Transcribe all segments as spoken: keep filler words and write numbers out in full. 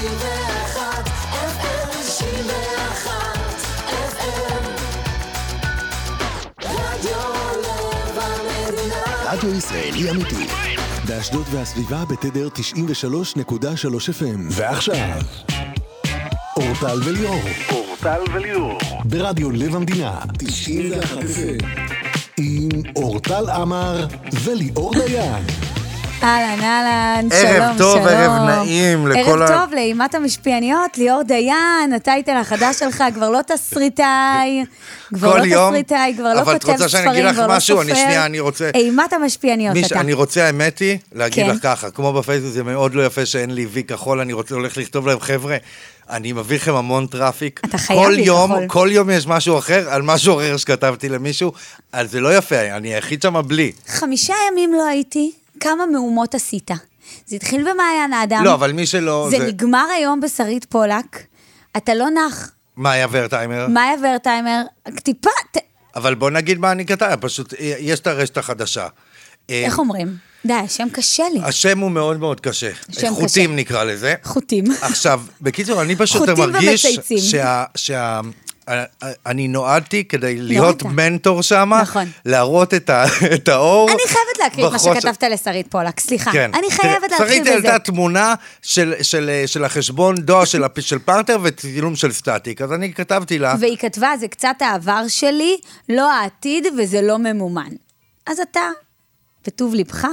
ואחת אף אם שישים ואחת אף אם רדיו לב המדינה רדיו ישראלי אמיתי באשדוד והסביבה בתדר תשעים ושלוש נקודה שלוש אף אם. ועכשיו אורטל וליאור אורטל וליאור ברדיו לב המדינה תשעים ואחת אף אם עם אורטל עמר וליאור דיין. אהלן, אהלן, שלום, שלום. ערב טוב, ערב נעים. ערב טוב לאימת המשפיעניות, ליאור דיין, הטייטל החדש שלך, כבר לא תסריטאי, כבר לא תסריטאי, כבר לא כותב ספרים, כבר לא סופר. אימת המשפיעניות אתה. אני רוצה, האמת היא, להגיד לך ככה, כמו בפייסבוק, זה מאוד לא יפה שאין לי וי כחול, אני הולך לכתוב להם, חבר'ה, אני מביא לכם המון טראפיק. אתה חייב לי כחול. כל יום יש משהו אחר, על משהו אחר שכתבתי למישהו, אז זה לא יפה, אני היחיד שם בלי. חמישה ימים לא הייתי. כמה מהומות עשית? זה התחיל במעיין האדם. לא, אבל מי שלא... זה, זה... נגמר היום בשרית פולק. אתה לא נח. מאיה ורטיימר. מאיה ורטיימר. טיפה... אבל בוא נגיד מה אני כתב. פשוט, יש את הרשת החדשה. איך אומרים? די, השם קשה לי. השם הוא מאוד מאוד קשה. חוטים קשה. נקרא לזה. חוטים. עכשיו, בקיצור, אני פשוט מרגיש שה... שה... אני נועדתי כדי להיות מנטור שם, להראות את האור. אני חייבת להקריא מה שכתבת לשרית פולק, סליחה. אני חייבת להתחיל בזה. שרית העלתה תמונה של החשבון דואר של פרטנר וצילום של סטטיק, אז אני כתבתי לה. והיא כתבה, זה קצת העבר שלי, לא העתיד וזה לא ממומן. אז אתה, בטוב לבך,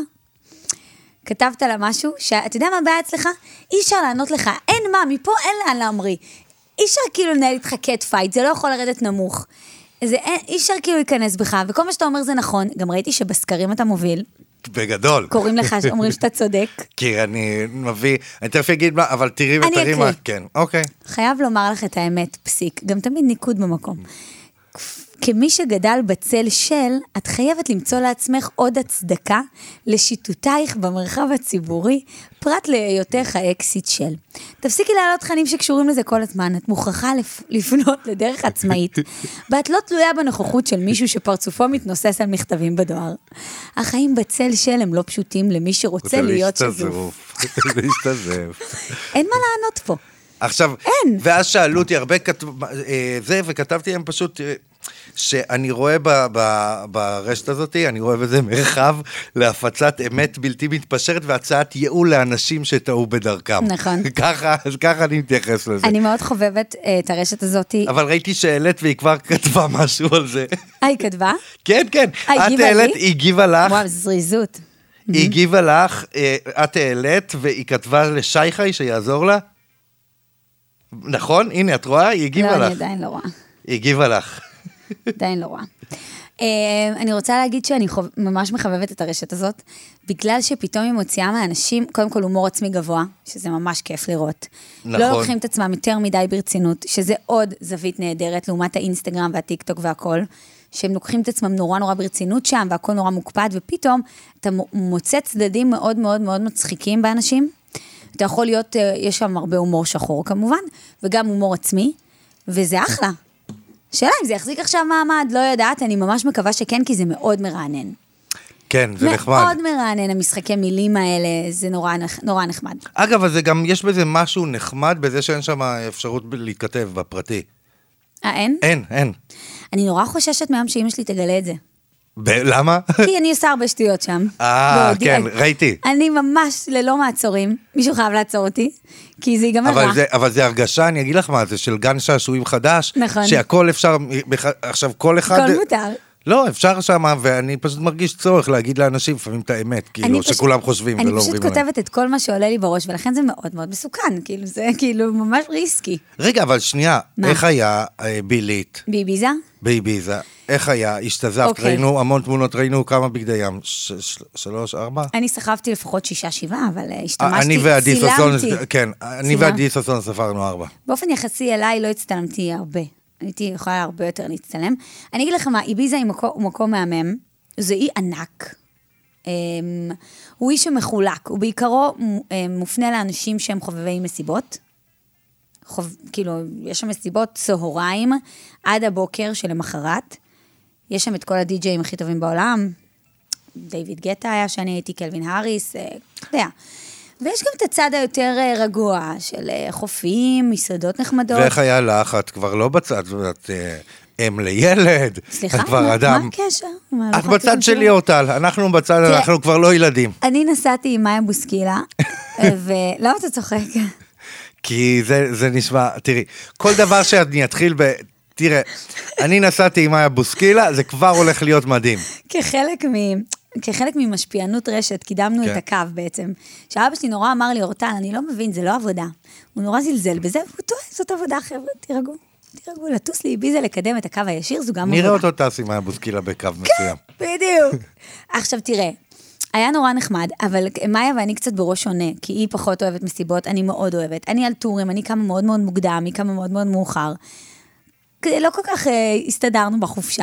כתבת לה משהו, שאתה יודע מה הבעיה אצלך? אי אפשר לענות לך, אין מה, מפה אין לאן להמריא. אי אפשר כאילו לנהל איתך קט פייט, זה לא יכול לרדת נמוך. זה, אי אפשר כאילו להיכנס בך, וכל מה שאתה אומר זה נכון. גם ראיתי שבסקרים אתה מוביל. בגדול. קוראים לך, אומרים שאתה צודק. כי אני מביא, אני תכף אגיד מה, אבל תראי ותראי מה, כן, אוקיי. חייב לומר לך את האמת, פסיק. גם תמיד ניקוד במקום. כמי שגדל בצל של, את חייבת למצוא לעצמך עוד הצדקה לשיטותייך במרחב הציבורי, פרט להיותך האקסיט של. תפסיקי להעלות תכנים שקשורים לזה כל הזמן, את מוכרחה לפנות לדרך עצמאית, ואת לא תלויה בנוכחות של מישהו שפרצופו מתנוסס על מכתבים בדואר. החיים בצל של הם לא פשוטים למי שרוצה להיות שזוף. להשתזף. אין מה לענות פה. עכשיו, אין. ואז שאלו אותי הרבה זה, וכתבתי להם פשוט... שאני רואה ב- ב- ברשת הזאת, אני רואה בזה מרחב להפצת אמת בלתי מתפשרת, והצעת ייעול לאנשים שטעו בדרכם. נכון. ככה, אז ככה אני מתייחס לזה. אני מאוד חובבת את הרשת הזאת. אבל ראיתי שהעלית והיא כבר כתבה משהו על זה. היא כתבה? כן, כן. את העלית, היא הגיבה לך. וואו, זריזות. היא הגיבה לך, את העלית, והיא כתבה לשי חי שיעזור לה. נכון? הנה, את רואה? היא הגיבה לך. לא, אני עדיין לא רואה. היא הגיבה לך. עדיין לא רואה. אני רוצה להגיד שאני ממש מחבבת את הרשת הזאת, בגלל שפתאום היא מוציאה מהאנשים, קודם כל הומור עצמי גבוה, שזה ממש כיף לראות. נכון. לא לוקחים את עצמם יותר מדי ברצינות, שזה עוד זווית נהדרת, לעומת האינסטגרם והטיק טוק והכל, שהם לוקחים את עצמם נורא נורא ברצינות שם, והכל נורא מוקפד, ופתאום אתה מוצא צדדים מאוד מאוד מאוד מצחיקים באנשים, אתה יכול להיות, יש שם הרבה הומור שחור כמובן, וגם הומור עצמי, וזה אחלה. שאלה אם זה יחזיק עכשיו מעמד, לא יודעת, אני ממש מקווה שכן, כי זה מאוד מרענן. כן, זה נחמד. מאוד מרענן, המשחקי מילים האלה, זה נורא, נורא נחמד. אגב, אז גם יש בזה משהו נחמד, בזה שאין שם אפשרות להתכתב בפרטי. אה, אין? אין, אין. אני נורא חוששת מהיום שאמא שלי תגלה את זה. ב- למה? כי אני עושה הרבה שטויות שם. אה, כן, ראיתי. אני ממש ללא מעצורים, מישהו חייב לעצור אותי, כי זה ייגמר רע. אבל זה הרגשה, אני אגיד לך מה, זה של גן שעשועים חדש, נכון. שהכל אפשר, עכשיו כל אחד... הכל מותר. לא, אפשר שם, ואני פשוט מרגיש צורך להגיד לאנשים לפעמים את האמת, כאילו, שכולם חושבים ולא אומרים. אני פשוט כותבת את כל מה שעולה לי בראש, ולכן זה מאוד מאוד מסוכן, כאילו, זה כאילו ממש ריסקי. רגע, אבל שנייה, איך היה בילית? באביזה? באביזה. איך היה? השתזפת, ראינו המון תמונות, ראינו כמה בגדי ים, שלוש, ארבע? אני סחבתי לפחות שישה, שבעה, אבל השתמשתי, אני ועדי ססון, צילמתי. כן, אני ועדי ססון ספרנו ארבע. באופן יחסי אליי לא הצטלמתי הרבה. הייתי יכולה הרבה יותר להצטלם. אני אגיד לך מה, איביזה הוא מקום מהמם, זה אי ענק. הוא אי שמחולק, הוא בעיקרו מופנה לאנשים שהם חובבי מסיבות. כאילו, יש שם מסיבות צהריים עד הבוקר שלמחרת. יש שם את כל הדי-ג'אים הכי טובים בעולם. דיוויד גטה היה שאני הייתי, קלווין האריס, אתה יודע. ויש גם את הצד היותר אה, רגוע, של אה, חופים, מסעדות נחמדות. ואיך היה לך? את כבר לא בצד, את אה, אם לילד. סליחה, את כבר מה, אדם. מה הקשר? מה, את לא בצד חשבתי שלי, שלא? אורטל. אנחנו בצד, תראה, אנחנו כבר לא ילדים. אני נסעתי עם מאיה בוסקילה, ולמה אתה צוחק? כי זה, זה נשמע, תראי, כל דבר שאני אתחיל ב... תראה, אני נסעתי עם מאיה בוסקילה, זה כבר הולך להיות מדהים. כחלק מ... כחלק ממשפיענות רשת, קידמנו כן. את הקו בעצם. שאבא שלי נורא אמר לי, אורטל, אני לא מבין, זה לא עבודה. הוא נורא זלזל בזה, והוא טועה, זאת עבודה, חבר'ה, תירגעו. תירגעו, לטוס לי ביזה לקדם את הקו הישיר, זו גם עבודה. נראה אותו טס עם מאיה בוסקילה בקו מסוים. בדיוק. עכשיו תראה, היה נורא נחמד, אבל מאיה ואני קצת בראש שונה, כי היא פחות אוהבת מסיבות, אני מאוד אוהבת. אני על טורים, אני קמה מאוד מאוד מוקדם, היא קמה מאוד מאוד מאוחר. לא כל כך אה, הסתדרנו בחופשה.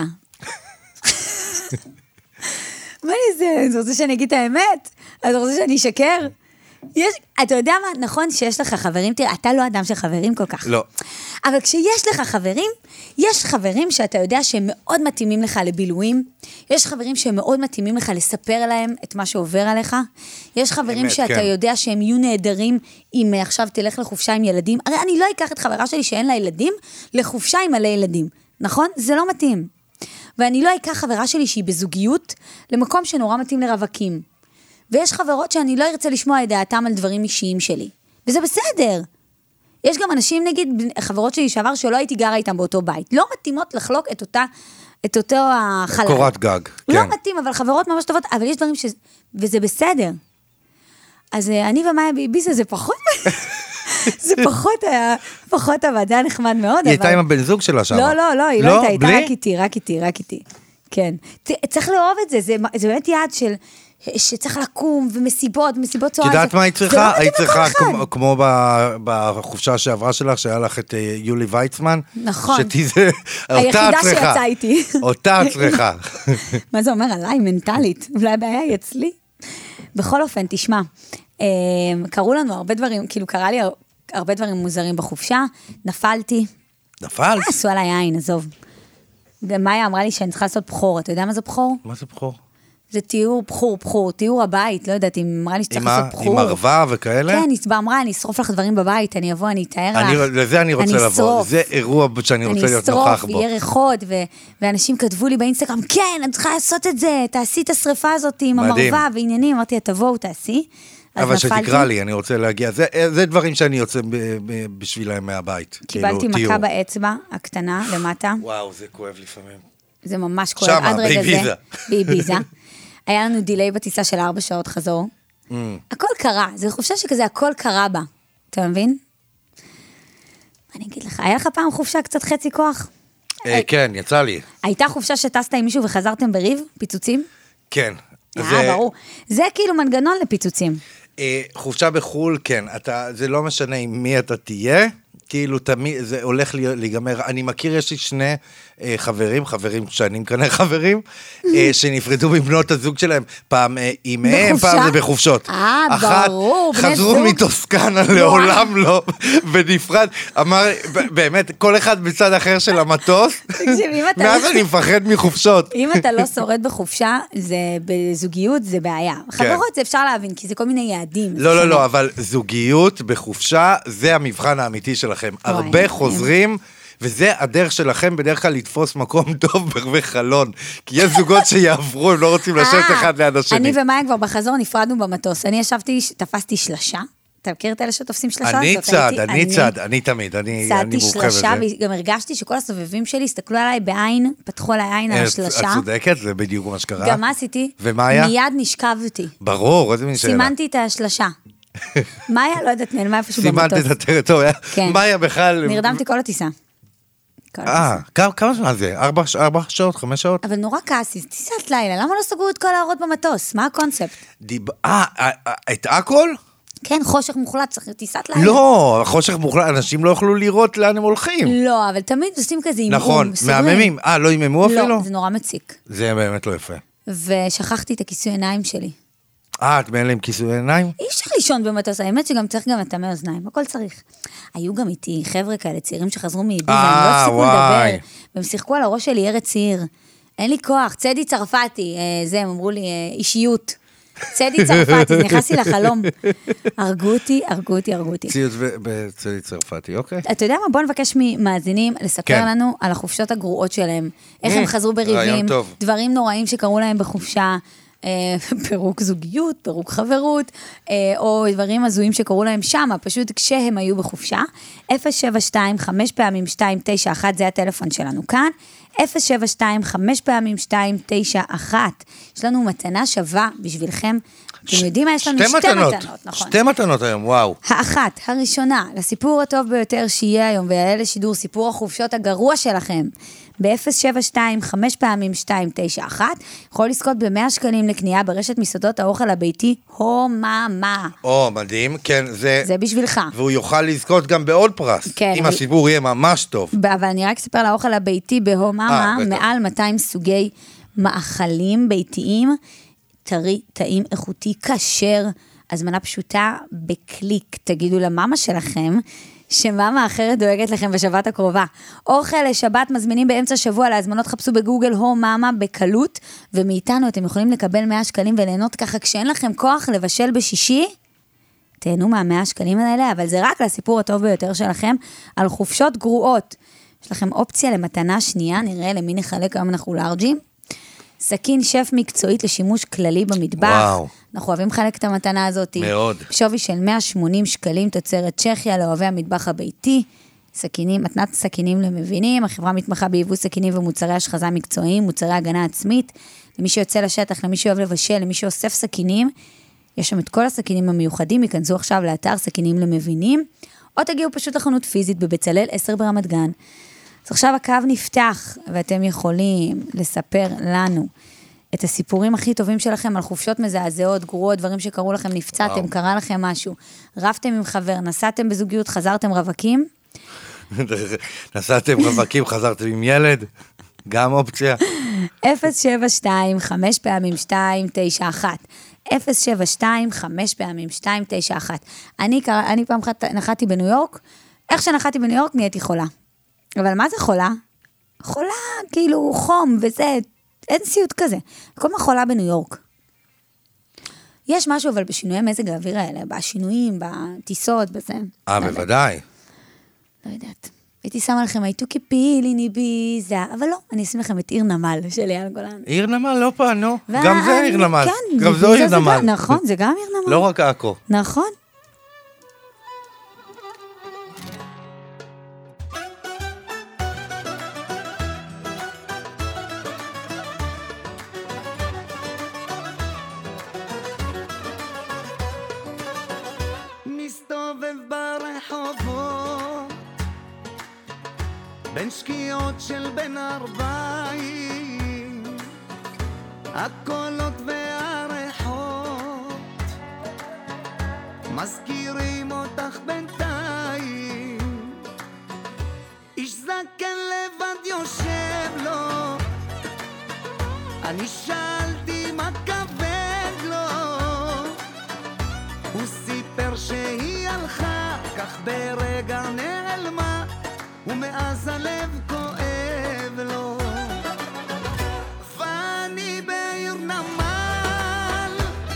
מה לי זה? אתה רוצה שאני אגיד את האמת? אתה רוצה שאני אשקר? יש, אתה יודע מה? נכון שיש לך חברים, תראה, אתה לא אדם של חברים כל כך. לא. אבל כשיש לך חברים, יש חברים שאתה יודע שהם מאוד מתאימים לך לבילויים, יש חברים שהם מאוד מתאימים לך לספר להם את מה שעובר עליך, יש חברים אמת, שאתה כן. יודע שהם יהיו נהדרים אם עכשיו תלך לחופשה עם ילדים, הרי אני לא אקח את חברה שלי שאין לה ילדים לחופשה עם מלא ילדים, נכון? זה לא מתאים. ואני לא אקח חברה שלי שהיא בזוגיות למקום שנורא מתאים לרווקים. ויש חברות שאני לא ארצה לשמוע את דעתם על דברים אישיים שלי. וזה בסדר. יש גם אנשים, נגיד, חברות שלי שעבר שלא הייתי גרה איתם באותו בית. לא מתאימות לחלוק את אותה, את אותו החלל. קורת גג, לא כן. מתאים, אבל חברות ממש טובות, אבל יש דברים ש... וזה בסדר. אז אני ומאיה ביביזה זה פחות... זה פחות היה, פחות עבד, זה היה נחמד מאוד. היא הייתה עם הבן זוג שלה שם. לא, לא, לא, היא לא לא? הייתה, הייתה בלי? רק איתי, רק איתי, רק איתי. כן. ת- צריך לאהוב את זה, זה זה באמת יעד של... שצריך לקום, ומסיבות, מסיבות את צועה. יודעת זה- מה היא זה לא צריכה? מתאים היית לכל צריכה, אחד. כמו- כמו ב- בחופשה שעברה שלך, שהיה לך את אה, יולי ויצמן. נכון. שתזה, אותה היחידה צריכה. שיצאה איתי. אותה צריכה. מה זה אומר עליי, מנטלית? אולי הבעיה היא אצלי. בכל אופן, תשמע, אה, קראו לנו הרבה דברים, כאילו קרה לי הרבה דברים מוזרים בחופשה, נפלתי, נפל? עשו עליי עין, עזוב. מאיה אמרה לי שאני צריכה לעשות בחור, אתה יודע מה זה בחור? מה זה בחור? זה תיאור בחור, בחור, תיאור הבית, לא יודעת, היא אמרה לי שצריך עם לעשות מה? בחור. עם ערווה וכאלה? כן, היא אמרה, אני אשרוף לך דברים בבית, אני אבוא, אני אתאר לך. אני- לזה אני רוצה לבוא. אשרוף. זה אירוע שאני רוצה להיות נוכח אני אשרוף, בו. יהיה ריחות, ו- ואנשים כתבו לי באינסטגרם, כן, אני צריכה לעשות את זה, תעשי את השריפה הזאת עם מדהים. המרווה ועניינים, אמרתי, תבואו, תעשי. אז אבל נפלתי. שתקרא לי, אני רוצה להגיע. זה, זה דברים שאני יוצא ב- ב- בשבילם מהבית. קיבלתי כאילו, מכה תיאור. באצבע הקטנה, למטה. וואו, זה כואב לפעמים. זה ממש כואב. שמה, עד רגע באביזה. זה. באביזה. היה לנו דיליי בטיסה של ארבע שעות חזור. Mm. הכל קרה, זו חופשה שכזה, הכל קרה בה. אתה מבין? אני אגיד לך, היה לך פעם חופשה קצת חצי כוח? אה, כן, יצא לי. הייתה חופשה שטסת עם מישהו וחזרתם בריב? פיצוצים? כן. אה, זה- ברור. זה כאילו מנגנון לפיצוצים. אה, חופשה בחול, כן, אתה, זה לא משנה עם מי אתה תהיה, כאילו תמיד, זה הולך לי- להיגמר, אני מכיר, יש לי שני אה, חברים, חברים שאני כנראה חברים, אה, שנפרדו מבנות הזוג שלהם, פעם אה, אימיהם, בחופשה? פעם זה בחופשות. אה, אחת ברור, בני חזרו זוג. מטוסקנה, לעולם לא, ונפרד, אמר, ב- באמת, כל אחד בצד אחר של המטוס, תקשיב, אם אתה מאז לא- אני מפחד מחופשות. אם אתה לא שורד בחופשה, זה בזוגיות, זה בעיה. חברות זה אפשר להבין, כי זה כל מיני יעדים. זה לא, לא, שונה. לא, אבל זוגיות בחופשה, זה המבחן האמיתי שלכם. הרבה מדהים. חוזרים, וזה הדרך שלכם בדרך כלל לתפוס מקום טוב בחלון. כי יש זוגות שיעברו, הם לא רוצים לשבת אה, אחד ליד השני. אני ומאיה כבר בחזור נפרדנו במטוס. אני ישבתי, תפסתי שלשה. אתה מכיר את אלה שתופסים שלשה? אני זאת צד, הייתי- אני צד, אני תמיד, אני אני צדתי מומחה בזה. שלשה, וגם הרגשתי שכל הסובבים שלי הסתכלו עליי בעין, פתחו עליי עין על אה, השלשה. את צודקת, זה בדיוק מה שקרה. גם מה עשיתי? ומה היה? מיד נשכבתי. ברור, איזה מין שאלה. סימנתי את השלשה. מאיה, לא יודעת, נעלמה איפשהו סימנת במטוס. את הטריטוריה. כן. מה היה בכלל? נרדמתי כל הטיסה. כל אה, הטיסה. כמה- כמה זמן זה? ארבע ארבע שעות, חמש שעות? אבל נורא כעסי, טיסת לילה, למה לא סגרו את כל האורות במטוס? מה הקונספט? דיב- אה, אה, אה, את הכל? כן, חושך מוחלט, צריך טיסת לילה. לא, חושך מוחלט, אנשים לא יוכלו לראות לאן הם הולכים. לא, אבל תמיד עושים כזה אימום. נכון, סוגרים. מהממים. אה, לא איממו אפילו? לא, זה נורא מציק. זה באמת לא יפה. ושכחתי את הכיסוי עיניים שלי. אה, את מאלה עם כיסוי עיניים? אי אפשר לישון במטוס, האמת שגם צריך גם לטמא אוזניים, הכל צריך. היו גם איתי חבר'ה כאלה, צעירים שחזרו מאביזה, הם אה, לא הפסיקו וואי. לדבר, והם שיחקו על הראש שלי ארץ עיר. אין לי כוח, צדי צרפתי, אה, זה, הם אמרו לי, אה, אישיות. צדי צרפתי, נכנסתי לחלום. הרגו אותי, הרגו אותי, הרגו אותי. ציוד בצדי צרפתי, אוקיי. אתה יודע מה? בוא נבקש ממאזינים לספר לנו על החופשות הגרועות שלהם. איך הם חזרו בריבים, דברים נוראים שקרו להם בחופשה, פירוק זוגיות, פירוק חברות, או דברים הזויים שקרו להם שם, פשוט כשהם היו בחופשה. אפס שבע שתיים חמש פעמים שתיים תשע אחת, זה הטלפון שלנו כאן. אפס שבע שתיים חמש פעמים שתיים תשע אחת. יש לנו מתנה שווה בשבילכם. אתם יודעים מה? יש לנו שתי מתנות, נכון. שתי מתנות היום, וואו. האחת, הראשונה, לסיפור הטוב ביותר שיהיה היום, ויעלה לשידור סיפור החופשות הגרוע שלכם, ב-אפס שבע שתיים חמש פעמים שתיים תשע אחת, יכול לזכות ב-מאה שקלים לקנייה ברשת מסעדות האוכל הביתי, הו מה מה. או, מדהים, כן, זה... זה בשבילך. והוא יוכל לזכות גם בעוד פרס, כן, אם אבל... הסיפור יהיה ממש טוב. אבל אני רק אספר לאוכל הביתי בהו מה מה, מעל מאתיים סוגי מאכלים ביתיים, טרי, טעים, איכותי, כשר, הזמנה פשוטה בקליק, תגידו למאמה שלכם, שמאמה אחרת דואגת לכם בשבת הקרובה. אוכל לשבת מזמינים באמצע שבוע, להזמנות חפשו בגוגל הו מאמה בקלות, ומאיתנו אתם יכולים לקבל מאה שקלים וליהנות ככה, כשאין לכם כוח לבשל בשישי, תהנו מה-מאה שקלים האלה, אבל זה רק לסיפור הטוב ביותר שלכם, על חופשות גרועות. יש לכם אופציה למתנה שנייה, נראה למי נחלק היום אנחנו לארג'ים. סכין שף מקצועית לשימוש כללי במטבח. וואו. אנחנו אוהבים חלק את המתנה הזאת. מאוד. שווי של מאה ושמונים שקלים תוצרת צ'כיה לאוהבי המטבח הביתי. סכינים, מתנת סכינים למבינים. החברה מתמחה ביבוא סכינים ומוצרי השחזה מקצועיים, מוצרי הגנה עצמית. למי שיוצא לשטח, למי שאוהב לבשל, למי שאוסף סכינים. יש שם את כל הסכינים המיוחדים. ייכנסו עכשיו לאתר סכינים למבינים. או תגיעו פשוט לחנות פיזית בבצלאל עשר ברמת גן. אז עכשיו הקו נפתח, ואתם יכולים לספר לנו את הסיפורים הכי טובים שלכם על חופשות מזעזעות, גרועות, דברים שקרו לכם, נפצעתם, קרה לכם משהו, רבתם עם חבר, נסעתם בזוגיות, חזרתם רווקים? נסעתם רווקים, חזרתם עם ילד, גם אופציה. אפס שבע שתיים חמש פעמים שתיים תשע אחת. אפס שבע שתיים חמש פעמים שתיים תשע אחת. אני, אני פעם אחת נחתי בניו יורק, איך שנחתי בניו יורק נהייתי חולה. אבל מה זה חולה? חולה, כאילו, חום וזה, אין סיוט כזה. כל מה חולה בניו יורק. יש משהו, אבל בשינויי מזג האוויר האלה, בשינויים, בטיסות, בזה. אה, בוודאי. לא יודעת. הייתי שמה לכם, הייתו כפיליני ביזה, אבל לא, אני אשים לכם את עיר נמל של אייל גולן. עיר נמל, לא פענו. גם זה עיר נמל. כן. גם זו עיר נמל. נכון, זה גם עיר נמל. לא רק עכו. נכון. בין שקיעות של בין ארבעים, הקולות והריחות מזכירים אותך בינתיים. איש זקן לבד יושב לו, אני שאלתי מה כבד לו, הוא סיפר שהיא הלכה, כך ברגע נעלמה, ומאז הלב כואב לו. ואני בעיר נמל,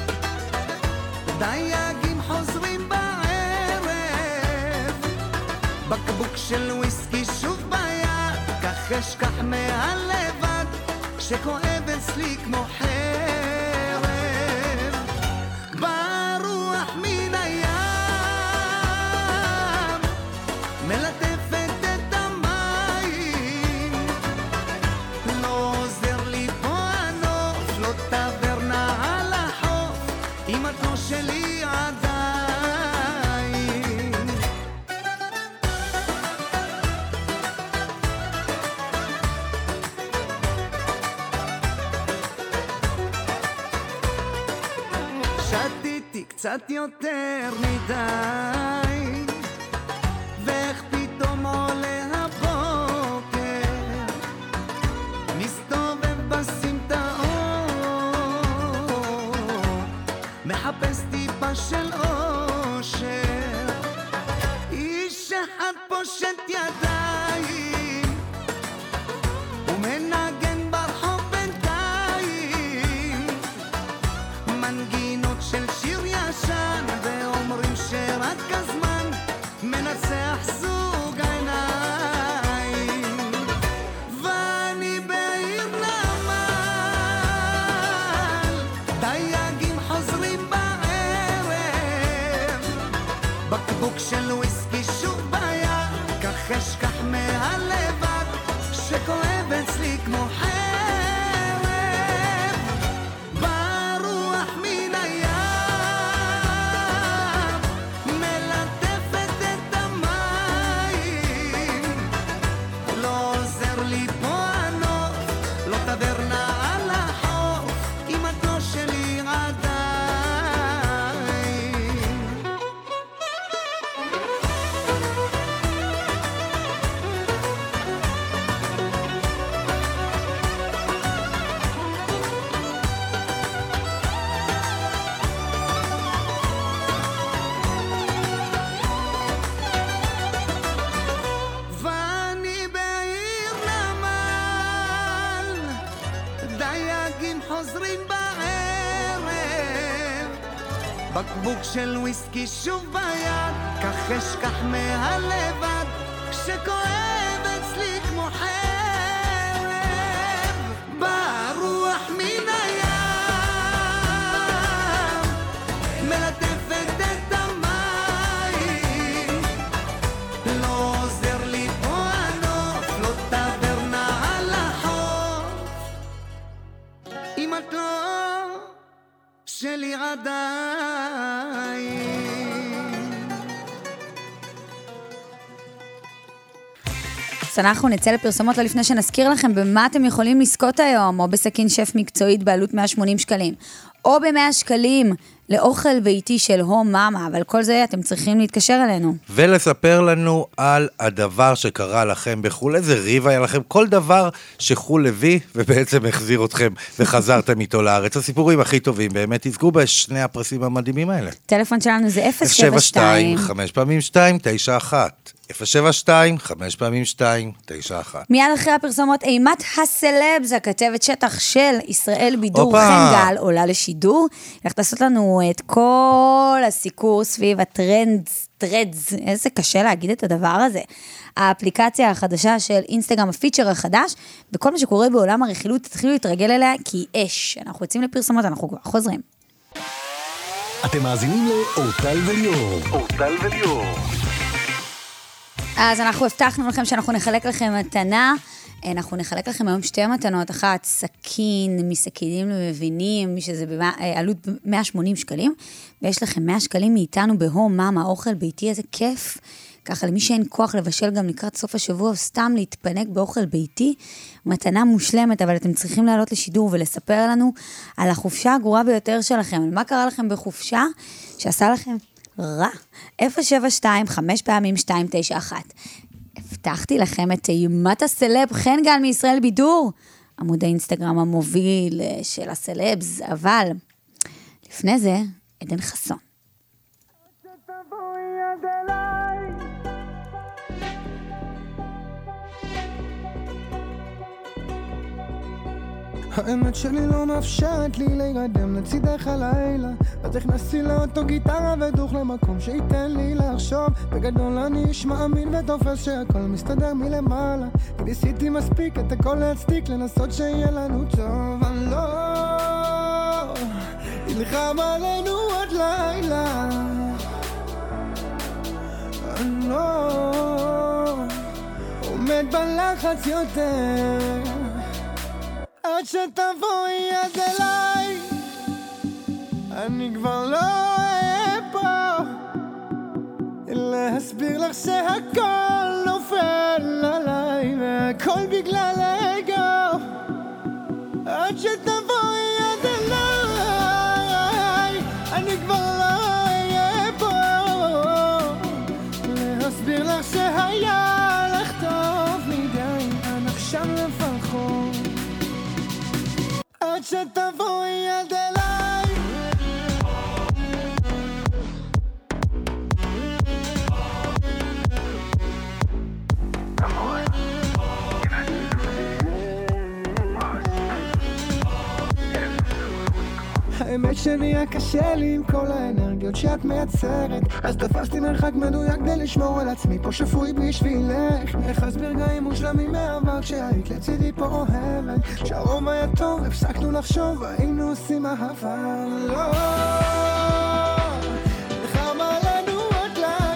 דייגים חוזרים בערב, בקבוק של וויסקי שוב ביד, כך אשכח מהלבד, כשכואב אצלי כמו חרב. ברוח מן הים מלטף שלי עדיין. שתיתי קצת יותר מדי, ואיך פתאום עולה הבוקר, מסתובב בסמטאות, מחפש טיפה של אושר, איש אחד פושט ידיים ומנגן ברחוב בינתיים, מנגין בקבוק של וויסקי שוב ביד, כך אשכח מהלבד שכואב אצלי כמו חרב. ברוח מן הים מלטפת את המים, לא עוזר לי פה הנוף, לא טברנה על החוף, אמתו שלי עדיין. ואני בעיר נמל, דייגים חוזרים בערב, בקבוק של וויסקי שוב ביד, כך אשכח מהלבד שכואב אצלי כמו חרב. ברוח מן הים מלטפת את המים, לא עוזר לי פה הנוף, לא טברנה על החוף, אמתו שלי עדיין. אז אנחנו נצא לפרסומות לא לפני שנזכיר לכם במה אתם יכולים לזכות היום, או בסכין שף מקצועית בעלות מאה ושמונים שקלים, או ב-מאה שקלים לאוכל ביתי של הום מאמה, אבל כל זה אתם צריכים להתקשר אלינו. ולספר לנו על הדבר שקרה לכם בחול, איזה ריב היה לכם, כל דבר שחול הביא ובעצם החזיר אתכם וחזרתם איתו לארץ. הסיפורים הכי טובים באמת תזכו בשני הפרסים המדהימים האלה. טלפון שלנו זה אפס אפס שבע שבע שתיים שתיים חמש פעמים שתיים תשע אחת אפס שבע שתיים חמש פעמים שתיים תשע אחת. מיד אחרי הפרסומות, אימת הסלבס, הכתבת שטח של ישראל בידור אופה. חן גל, עולה לשידור. הולכת לעשות לנו את כל הסיקור סביב הטרנדס, טרדס, איזה קשה להגיד את הדבר הזה. האפליקציה החדשה של אינסטגרם, הפיצ'ר החדש, וכל מה שקורה בעולם הרכילות, תתחילו להתרגל אליה, כי אש. אנחנו יוצאים לפרסומות, אנחנו כבר חוזרים. אתם מאזינים לאורטל וליאור. אורטל וליאור. אז אנחנו הבטחנו לכם שאנחנו נחלק לכם מתנה, אנחנו נחלק לכם היום שתי מתנות, אחת סכין מסכינים למבינים, שזה בעלות מאה ושמונים שקלים, ויש לכם מאה שקלים מאיתנו בהום מאמה, אוכל ביתי, איזה כיף, ככה למי שאין כוח לבשל גם לקראת סוף השבוע, או סתם להתפנק באוכל ביתי, מתנה מושלמת, אבל אתם צריכים לעלות לשידור ולספר לנו על החופשה הגרועה ביותר שלכם, על מה קרה לכם בחופשה שעשה לכם רע. אפס שבע שתיים חמש פעמים שתיים תשע אחת. הבטחתי לכם את אימת הסלב חן גל מישראל בידור, עמוד האינסטגרם המוביל של הסלבס, אבל לפני זה עדן חסון. האמת שלי לא מאפשרת לי להירדם לצידך הלילה, אז הכנסתי לאוטו גיטרה ודוך למקום שייתן לי לחשוב. בגדול אני איש מאמין ותופס שהכל מסתדר מלמעלה, כי ניסיתי מספיק את הכל להצדיק, לנסות שיהיה לנו טוב. אני לא ילחם עלינו עוד לילה, אני לא עומד בלחץ יותר, עד שתבואי עד אליי, אני כבר לא אהיה פה להסביר לך שהכל נופל עליי, והכל בגלל האגו. עד שתבואי עד אליי, אני כבר לא אהיה פה להסביר לך שהיה לך טוב מדי, אנחנו שם לפחות. עד שתבואי עד אליי, האמת שנהיה קשה לי עם כל האנרגיות שאת מייצרת, אז תפסתי מרחק מדויק כדי לשמור על עצמי פה שפוי בשבילך. איך אסביר גאים מושלמים מעבר כשהיית לצידי פה אוהבת, כשהרוב היה טוב הפסקנו לחשוב היינו עושים אהבה. לא לחם עלינו עוד לילה,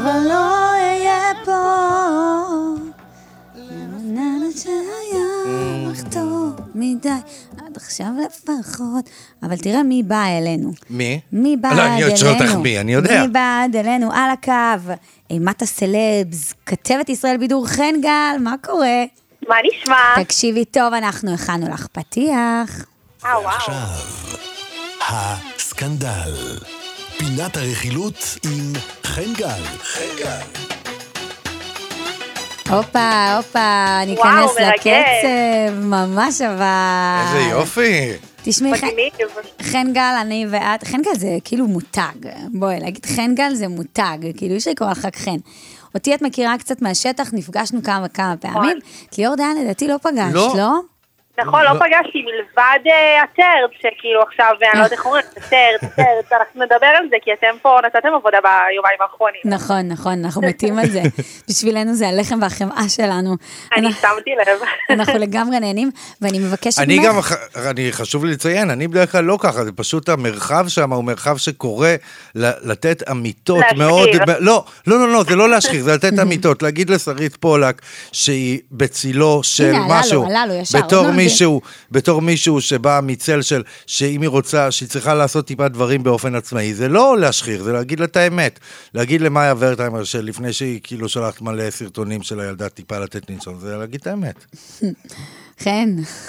אבל לא אהיה פה. ננת שהיה מחטוב מדי, עד עכשיו לפחות. אבל תראה מי בא אלינו. מי? מי בא לא, אני אלינו? עוד שואל אותך מי, אני יודע. מי בא אלינו? על הקו. אימת הסלבס, כתבת ישראל בידור חן גל, מה קורה? מה נשמע? תקשיבי טוב, אנחנו הכנו לך פתיח. אה, וואו. עכשיו, הסקנדל. פינת הרכילות עם חן גל. חן גל. הופה, הופה, ניכנס וואו, מרגש. לקצב, ממש אבל. איזה יופי. תשמעי, חן- מגניב. חן גל, אני ואת, חן גל זה כאילו מותג, בואי, להגיד חן גל זה מותג, כאילו יש לי לקרוא לך חן. אותי את מכירה קצת מהשטח, נפגשנו כמה וכמה פעמים, את ליאור דיין לדעתי לא פגשת, לא. לא? נכון, לא פגשתי מלבד אה, הטרד, שכאילו עכשיו, אני לא יודעת איך אומרים, הטרד, הטרד, אנחנו נדבר על זה, כי אתם פה נתתם עבודה ביומיים האחרונים. נכון, נכון, אנחנו מתים על זה. בשבילנו זה הלחם והחמאה שלנו. אני אנחנו- שמתי לב. אנחנו לגמרי נהנים, ואני מבקשת אני ממך- גם, ח- אני חשוב לי לציין, אני בדרך כלל לא ככה, זה פשוט המרחב שם הוא מרחב שקורא ל- לתת אמיתות להשחיר. מאוד, לא, לא, לא, לא, זה לא להשחיר, זה לתת אמיתות, להגיד לשרית פולק שהיא בצילו של הנה, עלה לו, משהו, עלה לו ישר, בתור נו, זה- מישהו, בתור מישהו שבא מצל של, שאם היא רוצה, שהיא צריכה לעשות טיפה דברים באופן עצמאי, זה לא להשחיר, זה להגיד לה את האמת, להגיד למאיה ורטהיימר שלפני שהיא כאילו שלחת מלא סרטונים של הילדה טיפה לתת ניצון, זה להגיד את האמת. חן,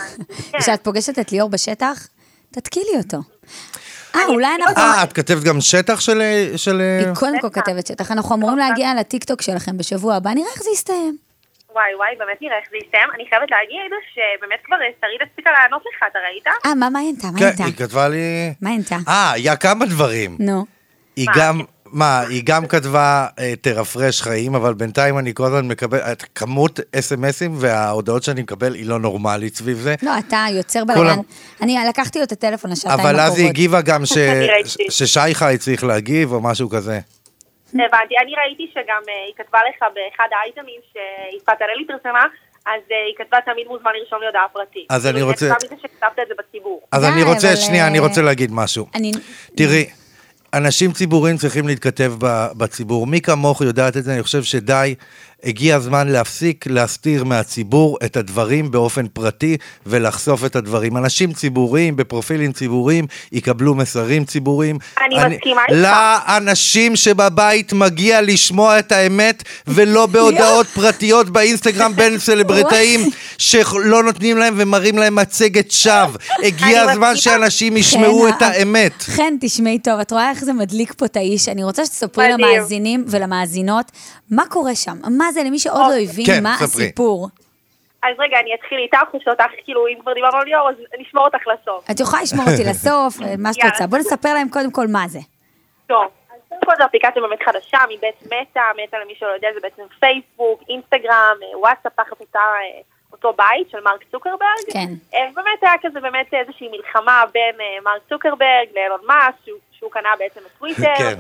כשאת פוגשת את ליאור בשטח, תתקילי אותו. אה, אולי אנחנו... אה, את כתבת גם שטח של... של... היא קודם כל כתבת שטח, אנחנו אמורים להגיע לטיקטוק שלכם בשבוע הבא, נראה איך זה יסתיים. וואי וואי, באמת נראה איך זה יסתיים. אני חייבת להגיד שבאמת כבר שרית הספיקה לענות לך, אתה ראית? אה, מה, מה הייתה? מה כן, הייתה? היא כתבה לי... מה הייתה? אה, היה כמה דברים. נו. היא גם... מה, היא גם כתבה אה, תרפרש חיים, אבל בינתיים אני כל הזמן מקבל, את כמות אס-אם-אסים וההודעות שאני מקבל היא לא נורמלית סביב זה. לא, אתה יוצר כל בלגן. ה- אני לקחתי לו את הטלפון לשעתיים אבל הקרובות. אז היא הגיבה גם ש... אני ראיתי. ששי חי צריך להגיב או משהו כזה. הבנתי, אני ראיתי שגם אה, היא כתבה לך באחד האייטמים שיפעת הראלי פרסמה, אז אה, היא כתבה תמיד מוזמן לרשום לי הודעה פרטית. אז אני כאילו, רוצה- היא כתבה מזה שכתבת את זה בציבור. אז די, אני רוצה, אבל, שנייה, אה, אני רוצה להגיד משהו. אני... תראי, אנשים ציבוריים צריכים להתכתב ב- בציבור. מי כמוך יודעת את זה, אני חושב שדי, הגיע הזמן להפסיק להסתיר מהציבור את הדברים באופן פרטי ולחשוף את הדברים. אנשים ציבוריים בפרופילים ציבוריים יקבלו מסרים ציבוריים. אני מסכימה איתך. לאנשים שבבית מגיע לשמוע את האמת ולא בהודעות פרטיות באינסטגרם בין סלבריטאים שלא נותנים להם ומראים להם מצגת שווא. הגיע אני הזמן מסכימה. שאנשים ישמעו כן, את אה, האמת. חן, תשמעי טוב, את רואה איך זה מדליק פה את האיש? אני רוצה שתספרי מדהים. למאזינים ולמאזינות, מה קורה שם? מה זה למי שעוד לא הבין כן, מה ספרי. הסיפור? אז רגע, אני אתחיל איתך, או שאותך, כאילו, אם כבר דיברנו על ליאור, אז נשמור אותך לסוף. את יכולה לשמור אותי לסוף, מה שאת יאללה. רוצה. בוא נספר להם קודם כל מה זה. טוב, אז קודם כל זו אפליקציה באמת חדשה, מבית מטא, מטא למי שלא יודע זה בעצם פייסבוק, אינסטגרם, אה, וואטסאפ, תחת אותה, אה, אותו בית של מרק צוקרברג. כן. אה, באמת היה כזה באמת איזושהי מלחמה בין אה, מרק צוקרברג לאילון מאסק, שהוא, שהוא קנה בעצם את טוויטר. כן.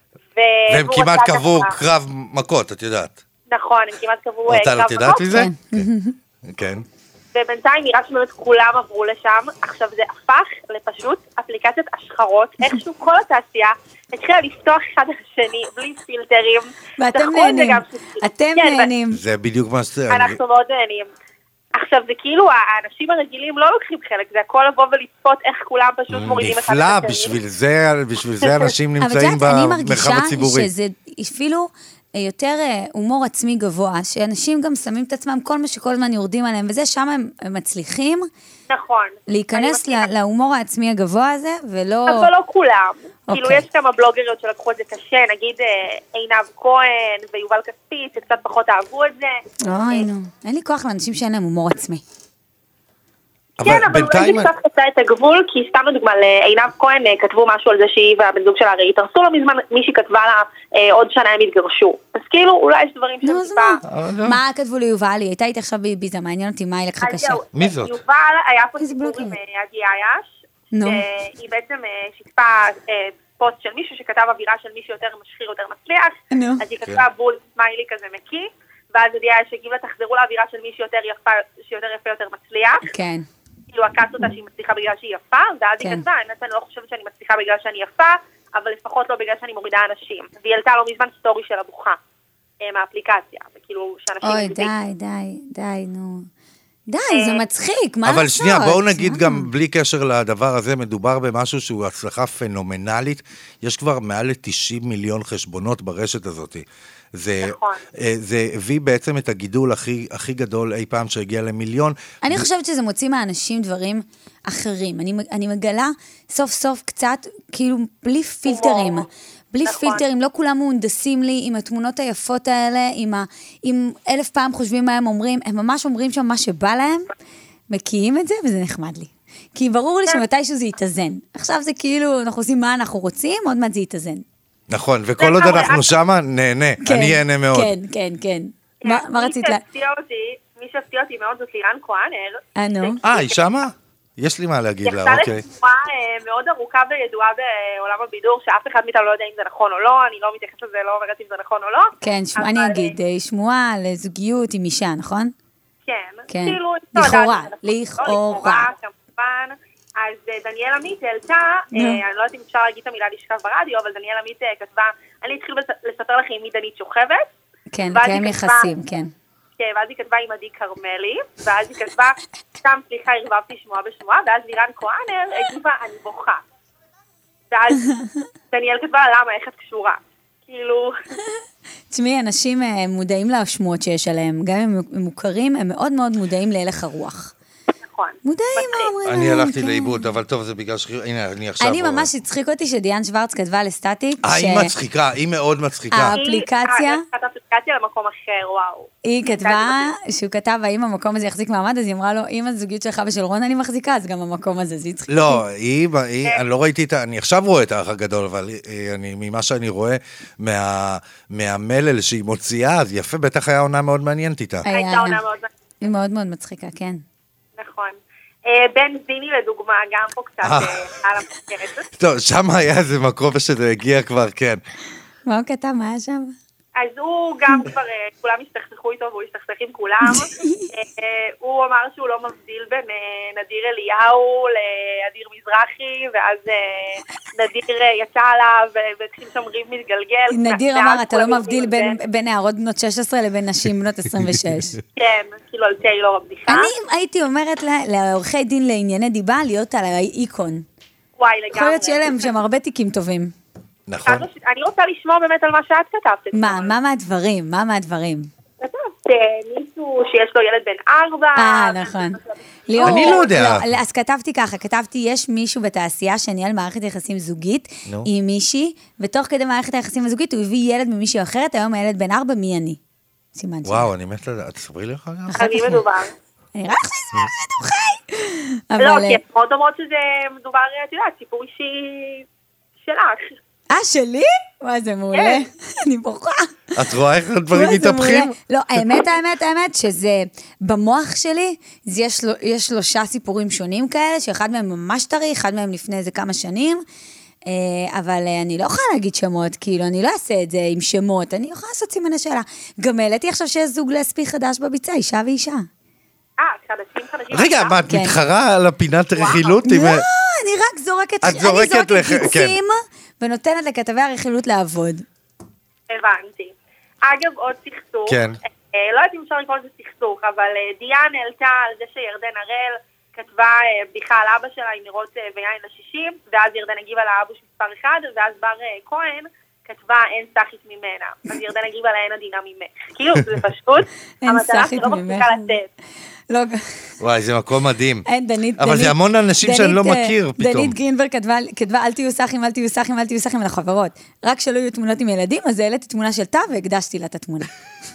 ו- והם והוא כמעט רצה קבעו ככה- קרב מכות, את יודעת. נכון, הם כמעט קבעו אה, אותה קרב את יודעת מכות. מזה? כן. כן. ובינתיים נראה שבאמת כולם עברו לשם. עכשיו זה הפך לפשוט אפליקציית השחרות, איכשהו כל התעשייה התחילה לפתוח אחד על השני בלי פילטרים. ואתם דחו את זה נהנים. גם ש- אתם כן, נהנים. זה בדיוק מה שזה. אני- אנחנו מאוד נהנים. עכשיו זה כאילו האנשים הרגילים לא לוקחים חלק, זה הכל לבוא ולצפות איך כולם פשוט מורידים אחד נפלא, את השני. בשביל זה, בשביל זה אנשים אבל את נמצאים יודעת, אני במרחב מרגישה הציבורי. שזה אפילו אה, יותר אה, הומור עצמי גבוה, שאנשים גם שמים את עצמם, כל מה שכל הזמן יורדים עליהם, וזה שם הם, הם מצליחים נכון. להיכנס אני מסכימה. לה- להומור העצמי הגבוה הזה, ולא... אבל לא כולם. כאילו אוקיי. יש כמה בלוגריות שלקחו את זה קשה, נגיד אה, עינב כהן ויובל כספית, שקצת פחות אהבו את זה. אוי, נו. אין לי כוח לאנשים שאין להם הומור עצמי. כן, אבל אולי בינתיים- זה קצת חצה את הגבול, כי סתם לדוגמה, לעינב כהן אה, כתבו משהו על זה שהיא והבן זוג שלה הרי התארסו לא מזמן, מישהי כתבה לה אה, עוד שנה הם יתגרשו. אז כאילו, אולי יש דברים שהם נו, אז טיפה... מה? מה כתבו ליובל? היא הייתה איתי עכשיו בביזה, מעניין אותי מה היא לקחה אז קשה. זהו, מי זאת? יובל, היה פה איזה סיפור בלוגרית? עם אה, עדי אייש, נו. שהיא בעצם אה, שיתפה אה, פוסט של מישהו שכתב אווירה של מישהו יותר משחיר, יותר מצליח, נו. אז היא כתבה בול סמיילי כזה מקיא, ואז עדי אייש הגיב לה, תחזרו לאווירה של מישהו יותר יפה, שיותר יפה, יותר מצליח. כן. כאילו עקץ אותה שהיא מצליחה בגלל שהיא יפה, ואז היא כן. כתבה, האמת אני לא חושבת שאני מצליחה בגלל שאני יפה, אבל לפחות לא בגלל שאני מורידה אנשים. והיא העלתה לא מזמן סטורי של הבוכה מהאפליקציה, וכאילו שאנשים... אוי, די, די, די, נו. די, זה מצחיק, מה לעשות? אבל שנייה, בואו נגיד גם בלי קשר לדבר הזה, מדובר במשהו שהוא הצלחה פנומנלית. יש כבר מעל ל-תשעים מיליון חשבונות ברשת הזאת. זה, נכון. זה הביא בעצם את הגידול הכי, הכי גדול אי פעם שהגיע למיליון. אני חושבת שזה מוציא מהאנשים דברים אחרים. אני, אני מגלה סוף סוף קצת, כאילו, בלי פילטרים. בלי נכון. פילטרים, לא כולם מהונדסים לי עם התמונות היפות האלה, עם, ה, עם אלף פעם חושבים מה הם אומרים, הם ממש אומרים שם מה שבא להם, מקיאים את זה, וזה נחמד לי. כי ברור לי שמתישהו זה יתאזן. עכשיו זה כאילו, אנחנו עושים מה אנחנו רוצים, עוד מעט זה יתאזן. נכון, וכל עוד אנחנו שמה, נהנה. כן, אני אהנה מאוד. כן, כן, כן. מה, מה רצית לה? מי שהפתיע אותי מאוד זאת לירן כהנר. אה, נו. אה, היא שמה? יש לי מה להגיד לה, אוקיי. יצאה לתקופה מאוד ארוכה וידועה בעולם הבידור, שאף אחד מאיתנו לא יודע אם זה נכון או לא, אני לא מתייחסת לזה, לא אומרת אם זה נכון או לא. כן, אני אגיד, שמועה לזוגיות עם אישה, נכון? כן. כן. כאילו, לכאורה, לכאורה. לכאורה. כמובן. אז דניאל עמית העלתה, אני לא יודעת אם אפשר להגיד את המילה לשכב ברדיו, אבל דניאל עמית כתבה, אני אתחיל לספר לך עם מי דנית שוכבת. כן, קיים יחסים, כן. כן, ואז היא כתבה עם עדי קרמלי, ואז היא כתבה, סתם סליחה, הרבבתי שמועה בשמועה, ואז לירן כהנר הגיבה, אני בוכה. ואז דניאל כתבה, למה, איך את קשורה? כאילו... תשמעי, אנשים מודעים לשמועות שיש עליהם, גם אם הם מוכרים, הם מאוד מאוד מודעים להלך הרוח. נכון. מודעים מה אומרים. אני הלכתי לאיבוד, אבל טוב, זה בגלל ש... הנה, אני עכשיו... אני ממש הצחיק אותי שדיאן שוורץ כתבה לסטטיק. אה, היא מצחיקה, היא מאוד מצחיקה. האפליקציה... היא אפליקציה למקום אחר, וואו. היא כתבה, שהוא כתב, האם המקום הזה יחזיק מעמד, אז היא אמרה לו, אם הזוגיות שלך ושל רון אני מחזיקה, אז גם המקום הזה, זה יצחיק. לא, היא, אני לא ראיתי את ה... אני עכשיו רואה את האח הגדול, אבל ממה שאני רואה מהמלל שהיא מוציאה, אז יפה, בטח היה עונה מאוד מעניינת איתה. הייתה עונה מאוד מעניינת. היא מאוד מאוד מצחיקה, כן. נכון. בן זיני לדוגמה, גם פה קצת על המחקרת. טוב, שם היה איזה מקום שזה הגיע כבר, כן. מה הוא כתב? מה היה שם? אז הוא גם כבר, כולם הסתכסכו איתו והוא הסתכסך עם כולם. הוא אמר שהוא לא מבדיל בין נדיר אליהו לאדיר מזרחי, ואז נדיר יצא עליו והתחיל שם ריב מתגלגל. נדיר אמר, אתה לא מבדיל בין נערות בנות שש עשרה לבין נשים בנות עשרים ושש. כן, כאילו על טיילור הבדיחה. אני הייתי אומרת לעורכי דין לענייני דיבה להיות על האיקון. וואי, לגמרי. יכול להיות שיהיה להם שם הרבה תיקים טובים. נכון. אני רוצה לשמוע באמת על מה שאת כתבת. מה, מה מהדברים? מה מהדברים? כתבת מישהו שיש לו ילד בן ארבע. אה, נכון. אני לא יודע. אז כתבתי ככה, כתבתי, יש מישהו בתעשייה שניהל מערכת יחסים זוגית עם מישהי, ותוך כדי מערכת היחסים הזוגית הוא הביא ילד ממישהי אחרת, היום הילד בן ארבע, מי אני? סימן שלי. וואו, אני מת לדעת, תספרי לך גם. אני מדובר. אני רק חזרה שאתה חי. לא, כי את מאוד אומרות שזה מדובר, את יודעת, סיפור אישי שלך. אה, שלי? וואי, זה מעולה. אני בוכה. את רואה איך הדברים מתהפכים? לא, האמת, האמת, האמת, שזה במוח שלי, יש שלושה סיפורים שונים כאלה, שאחד מהם ממש טרי, אחד מהם לפני איזה כמה שנים, אבל אני לא יכולה להגיד שמות, כאילו, אני לא אעשה את זה עם שמות, אני יכולה לעשות סימני שאלה. גם העליתי עכשיו שיש זוג לספי חדש בביצה, אישה ואישה. אה, חדשים חדשים. רגע, מה, את מתחרה על הפינת רכילות? לא, אני רק זורקת, אני זורקת חיצים, ונותנת לכתבי הרכילות לעבוד. הבנתי. אגב, עוד סכסוך. כן. לא יודעת אם אפשר לקרוא לזה סכסוך, אבל דיאן העלתה על זה שירדן הראל כתבה בדיחה על אבא שלה עם נרות ויין לשישים, ואז ירדן הגיבה לאבוש מספר אחד, ואז בר כהן כתבה אין סחית ממנה. אז ירדן הגיבה לה אין עדינה ממך. כאילו, זה פשוט, המטרה שלא מפסיקה לתת. וואי, זה מקום מדהים. אין, דנית, אבל זה המון אנשים שאני לא מכיר פתאום. דנית גרינברג כתבה, אל תהיו סחים, אל תהיו סחים, אל תהיו סחים על החברות. רק שלא יהיו תמונות עם ילדים, אז העליתי תמונה של תא והקדשתי לה את התמונה.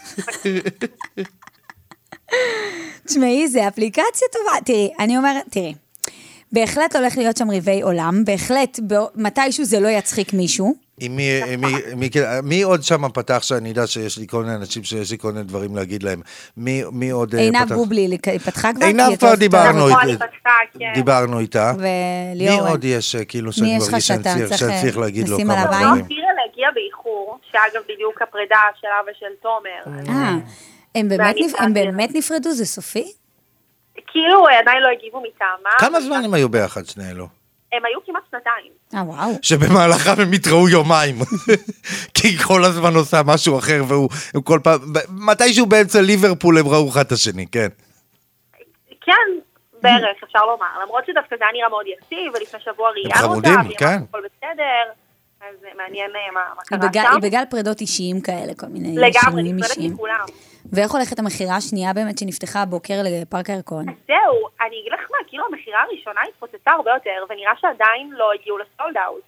תשמעי, זה אפליקציה טובה. תראי, אני אומרת, תראי, בהחלט הולך להיות שם ריבי עולם, בהחלט, מתישהו זה לא יצחיק מישהו. מי, מי, מי, מי עוד שם פתח שאני יודע שיש לי כל מיני אנשים שיש לי כל מיני דברים להגיד להם? מי, מי עוד פתח? עינב בובלי, פתחה כבר? עינב כבר דיברנו איתה. דיברנו איתה. וליאור. מי עוד יש כאילו שאני מרגיש שאני צריך להגיד לו כמה דברים? לא פירה להגיע באיחור, שאגב בדיוק הפרידה של אבא של תומר. אה, הם באמת נפרדו? זה סופי? כאילו עדיין לא הגיבו מטעמה. כמה זמן הם היו ביחד שני אלו? הם היו כמעט שנתיים. אה, וואו. שבמהלכם הם התראו יומיים. כי היא כל הזמן עושה משהו אחר, והוא כל פעם, מתישהו באמצע ליברפול הם ראו אחד את השני, כן. כן, בערך, אפשר לומר. למרות שדווקא זה היה נראה מאוד יציב, ולפני שבוע ראיינו אותה, חמודים, כן. והיא הכל בסדר, אז מעניין מה מה קרה בגל- שם. היא בגלל פרידות אישיים כאלה, כל מיני לגמרי, שינויים נפרדת אישיים. מכולם. ואיך הולכת המחירה השנייה באמת שנפתחה הבוקר לפארק הירקון? זהו, אני אגיד לך מה, כאילו המחירה הראשונה התפוצצה הרבה יותר, ונראה שעדיין לא הגיעו לסולד אאוט.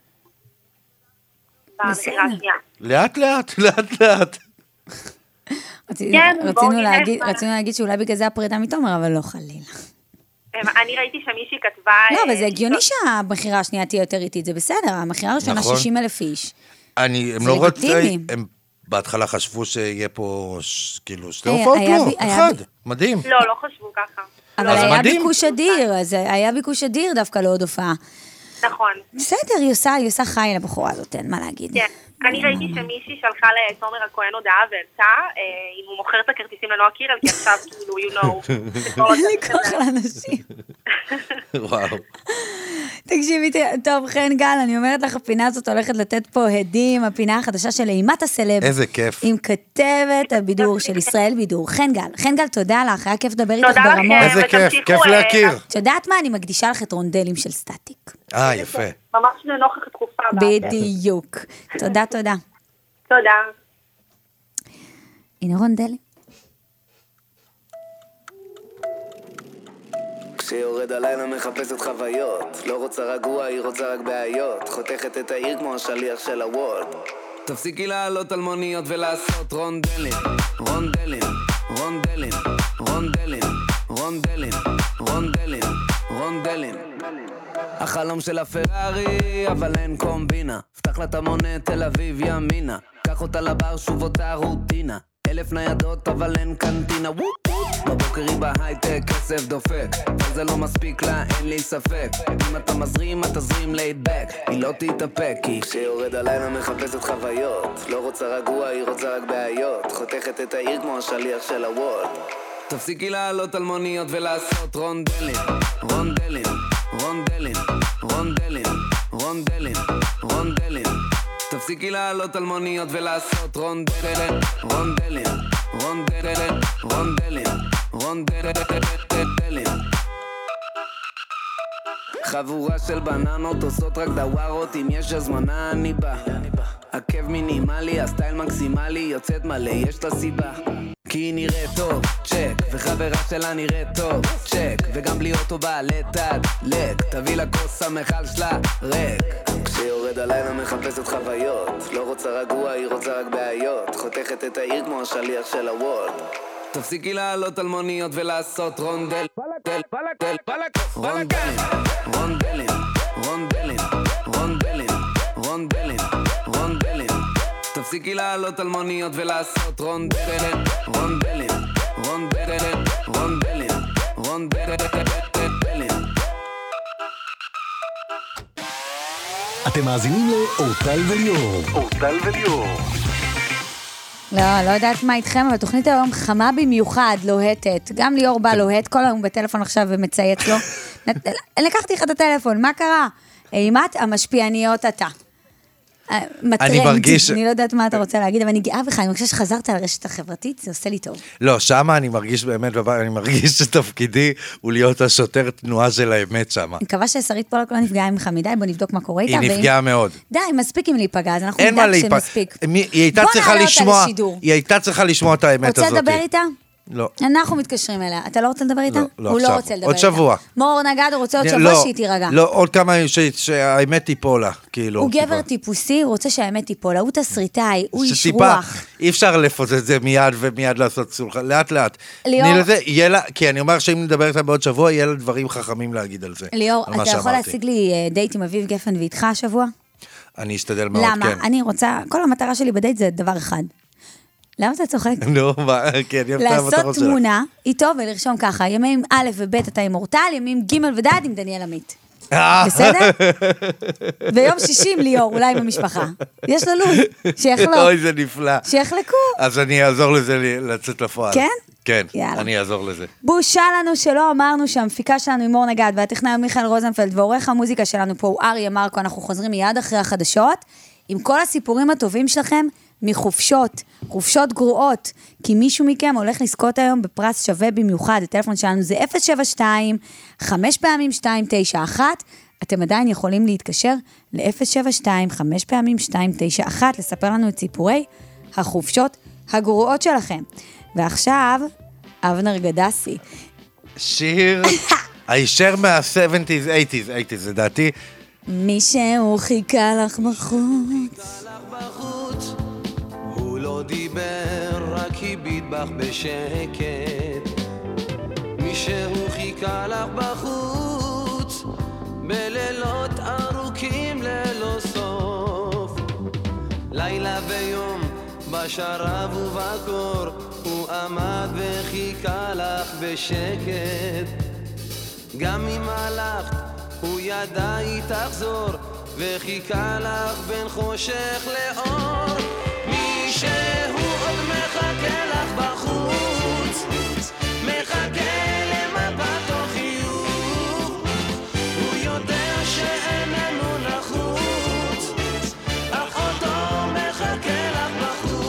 במחירה בסדר. השנייה. לאט לאט, לאט לאט. רצינו- כן, בואו רצינו נראה להגיד- מה- רצינו להגיד שאולי בגלל זה הפרידה מתומר, אבל לא חלילה. אני ראיתי שמישהי כתבה... לא, אבל זה אה, הגיוני שהמחירה השנייה תהיה יותר איטית, זה בסדר, המחירה הראשונה נכון. שישים אלף איש. אני, הם זה לא רצו, לגיטימי. הם בהתחלה חשבו שיהיה פה, ש- כאילו, שתי היה- הופעות, היה לא, בי- היה אחד, בי- מדהים. לא, לא חשבו ככה. אבל אז היה מדהים. ביקוש אדיר, אז היה ביקוש אדיר דווקא לעוד הופעה. נכון. בסדר, היא עושה, היא עושה חי לבחורה הזאת, אין מה להגיד. כן. אני ראיתי שמישהי שלחה לתומר הכהן הודעה והעלתה, אה, אם הוא מוכר את הכרטיסים לנועה קירל, כי עכשיו כאילו, you know. אין לי כוח לאנשים. וואו. תקשיבי, ת- טוב, חן גל, אני אומרת לך, הפינה הזאת הולכת לתת פה הדים, הפינה החדשה של אימת הסלב. איזה כיף. עם כתבת הבידור של ישראל בידור. חן גל, חן גל, תודה לך, היה כיף לדבר איתך תודה לכם. ברמות. איזה כיף, ותמשיכו, כיף אה, להכיר. את יודעת מה? אני מקדישה לך את רונדלים של סטטיק. אה, יפה. ממש לנוכח התקופה הבאה. בדיוק. תודה, תודה. תודה. הנה רונדלים. כשיורד הלילה מחפשת חוויות, לא רוצה רגוע, היא רוצה רק בעיות, חותכת את העיר כמו השליח של הוולד. תפסיקי לעלות על מוניות ולעשות רונדלים, רונדלים, רונדלים, רונדלים, רונדלים, רונדלים, רונדלים. החלום של הפרארי, אבל אין קומבינה, פתח לה את המונה תל אביב ימינה, קח אותה לבר שוב אותה רוטינה, אלף ניידות אבל אין קנטינה, וופ וופ. בבוקר היא בהייטק, כסף דופק, אבל זה לא מספיק לה, אין לי ספק, אם אתה מזרים, אתה זרים laid back, היא לא תתאפק, כי כשיורד הלילה מחפשת חוויות, לא רוצה רגוע, היא רוצה רק בעיות, חותכת את העיר כמו השליח של הוולד. תפסיקי לעלות על מוניות ולעשות רונדלים, רונדלים, רונדלים, רונדלים, רונדלים, רונדלים. תפסיקי לעלות על מוניות ולעשות רונדלים, רונדלים, רונדלים, רונדלים, רונדלים. חבורה של בננות עושות רק דווארות, אם יש הזמנה אני בא. עקב מינימלי, הסטייל מקסימלי, יוצאת מלא, יש לה סיבה. כי היא נראית טוב, צ'ק, וחברה שלה נראית טוב, צ'ק, וגם בלי אוטו בעלי תד, לק, תביא לה כוס המחל שלה, ריק. כשיורד הלילה מחפשת חוויות, לא רוצה רגוע, היא רוצה רק בעיות, חותכת את העיר כמו השליח של הוולד. תפסיקי לעלות על מוניות ולעשות רונדל, רונדל, רונדלים, רונדלים, רונדלים, רונדלים, רונדלים, רונדלים. תפסיקי לעלות על מוניות ולעשות רונדלים, רונדלים, רונדלים, רונדלים, רונדלים. אתם מאזינים לאורטל וליאור. אורטל וליאור. לא, לא יודעת מה איתכם, אבל תוכנית היום חמה במיוחד, לוהטת. גם ליאור בא לוהט, כל היום בטלפון עכשיו ומצייץ לו. לקחתי לך את הטלפון, מה קרה? אימת המשפיעניות אתה. אני מרגיש- אני לא יודעת מה אתה רוצה להגיד, אבל אני גאה בך, אני חושבת שחזרת על הרשת החברתית, זה עושה לי טוב. לא, שמה אני מרגיש באמת, אני מרגיש שתפקידי הוא להיות השוטר תנועה של האמת שמה. אני מקווה ששרית פולק לא נפגעה ממך מדי, בוא נבדוק מה קורה איתה. היא ואם- נפגעה מאוד. די, מספיק עם להיפגע, אז אנחנו אין מה נדאג להיפגע. שמספיק. מי- היא הייתה בוא צריכה נעלה אותה לשמוע, לשידור. היא הייתה צריכה לשמוע את האמת הזאת. רוצה לדבר איתה? לא. אנחנו מתקשרים אליה. אתה לא רוצה לדבר איתה? לא, לא הוא עכשיו. לא רוצה לדבר עוד איתה. שבוע. מור נגד, הוא רוצה עוד שבוע לא, שהיא תירגע. לא, עוד כמה ש- שהאמת תיפול לה, כאילו. הוא גבר טיפה. טיפוסי, הוא רוצה שהאמת תיפול לה. הוא תסריטאי, הוא איש שטיפה, רוח. אי אפשר לפוצץ את זה מיד ומיד לעשות סולחה, לאט לאט. ליאור- תני לזה, יהיה לה, כי אני אומר שאם נדבר איתה בעוד שבוע, יהיה לה דברים חכמים להגיד על זה. ליאור, על מה אתה יכול שאמרתי. להשיג לי אה, דייט עם אביב גפן ואיתך השבוע? אני אשתדל מאוד, למה? כן. אני רוצה, כל המטרה שלי בדייט זה דבר אחד. למה אתה צוחק? נו, מה, כן, אני אוהב את המטרות לעשות שלך. תמונה איתו ולרשום ככה, ימים א' וב' אתה עם אורטל, ימים ג' וד' עם דניאל עמית. אה, בסדר? ויום שישי עם ליאור, אולי עם המשפחה. יש לו לו"ז, שיחלוק, אוי, זה נפלא. שיחלקו. אז אני אעזור לזה ל- לצאת לפועל. כן? כן, יאללה. אני אעזור לזה. בושה לנו שלא אמרנו שהמפיקה שלנו היא מור נגד, והטכנאי הוא מיכאל רוזנפלד, ועורך המוזיקה שלנו פה הוא אריה מרקו. אנחנו חוזרים מיד אחרי החדשות, עם כל הסיפורים הטובים שלכם מחופשות, חופשות גרועות, כי מישהו מכם הולך לזכות היום בפרס שווה במיוחד. הטלפון שלנו זה אפס שבע שתיים חמש פעמים שתיים תשע אחת, אתם עדיין יכולים להתקשר ל-אפס שבע שתיים חמש פעמים שתיים תשע אחת, לספר לנו את סיפורי החופשות הגרועות שלכם. ועכשיו, אבנר גדסי. שיר הישר מה-שבעים, שמונים, שמונים, לדעתי. מי שהוא חיכה לך בחוץ. הוא לא דיבר, רק הביט בך בשקט. מי שהוא חיכה לך בחוץ, בלילות ארוכים ללא סוף. לילה ויום, בשרב ובקור, הוא עמד וחיכה לך בשקט. גם אם הלכת, הוא ידע היא תחזור, וחיכה לך בין חושך לאור. מי שהוא עוד מחכה לך בחוץ, מחכה למבט או חיוך, הוא יודע שאיננו נחוץ, אך אותו מחכה לך בחוץ.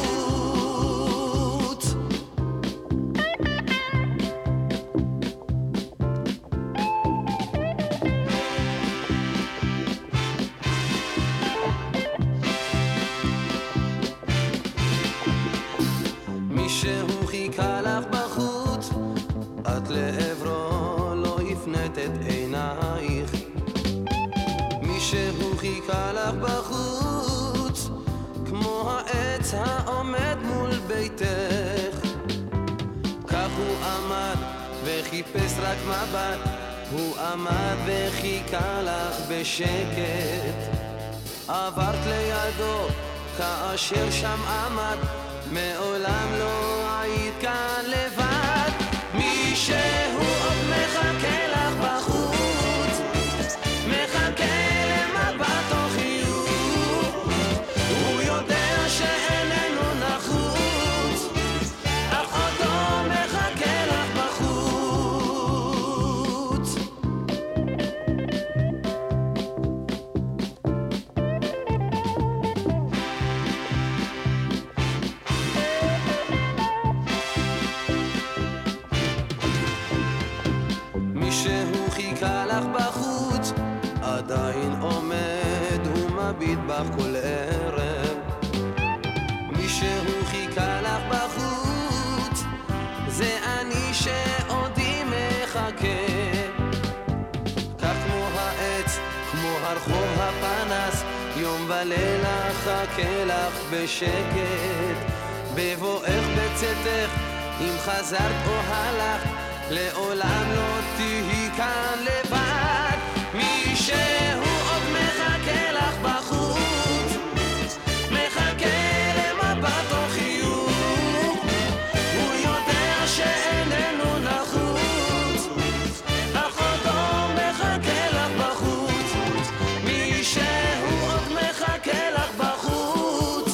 מי שהוא חיכה לך בחוץ, את לעברו לא הפנית את עינייך. מי שהוא חיכה לך בחוץ, כמו העץ העומד מול ביתך. כך הוא עמד וחיפש רק מבט, הוא עמד וחיכה לך בשקט. עברת לידו כאשר שם עמד, מעולם לא היית כאן לבד. מי שהוא עוד מחכה לך בחוץ, מחכה למבט או חיוך, הוא יודע שאיננו נחוץ, אך אותו מחכה לך בחוץ. מי שהוא חיכה לך בחוץ, עדיין עומד ומביט בך כל ערב. מי שהוא חיכה לך בחוץ, זה אני שעודי מחכה. כך כמו העץ, כמו הרחוב הפנס, יום ולילה חכה לך בשקט. בבואך בצאתך, אם חזרת או הלכת, לעולם לא תהי כאן לבד. מי שהוא עוד מחכה לך בחוץ, מחכה למבט או חיוך, הוא יודע שאיננו נחוץ, אך אותו מחכה לך בחוץ. מי שהוא עוד מחכה לך בחוץ,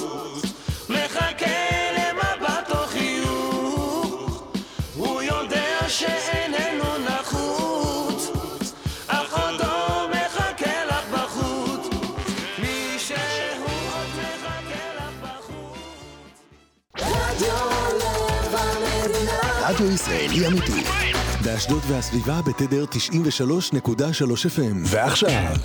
מחכה למבט או חיוך, הוא יודע שאיננו נחוץ, אך אותו מחכה לך בחוץ. מי שהוא עוד מחכה לך בחוץ. רדיו לב המדינה. רדיו ישראלי אמיתי. באשדוד והסביבה בתדר תשעים ושלוש נקודה שלוש אף אם. ועכשיו,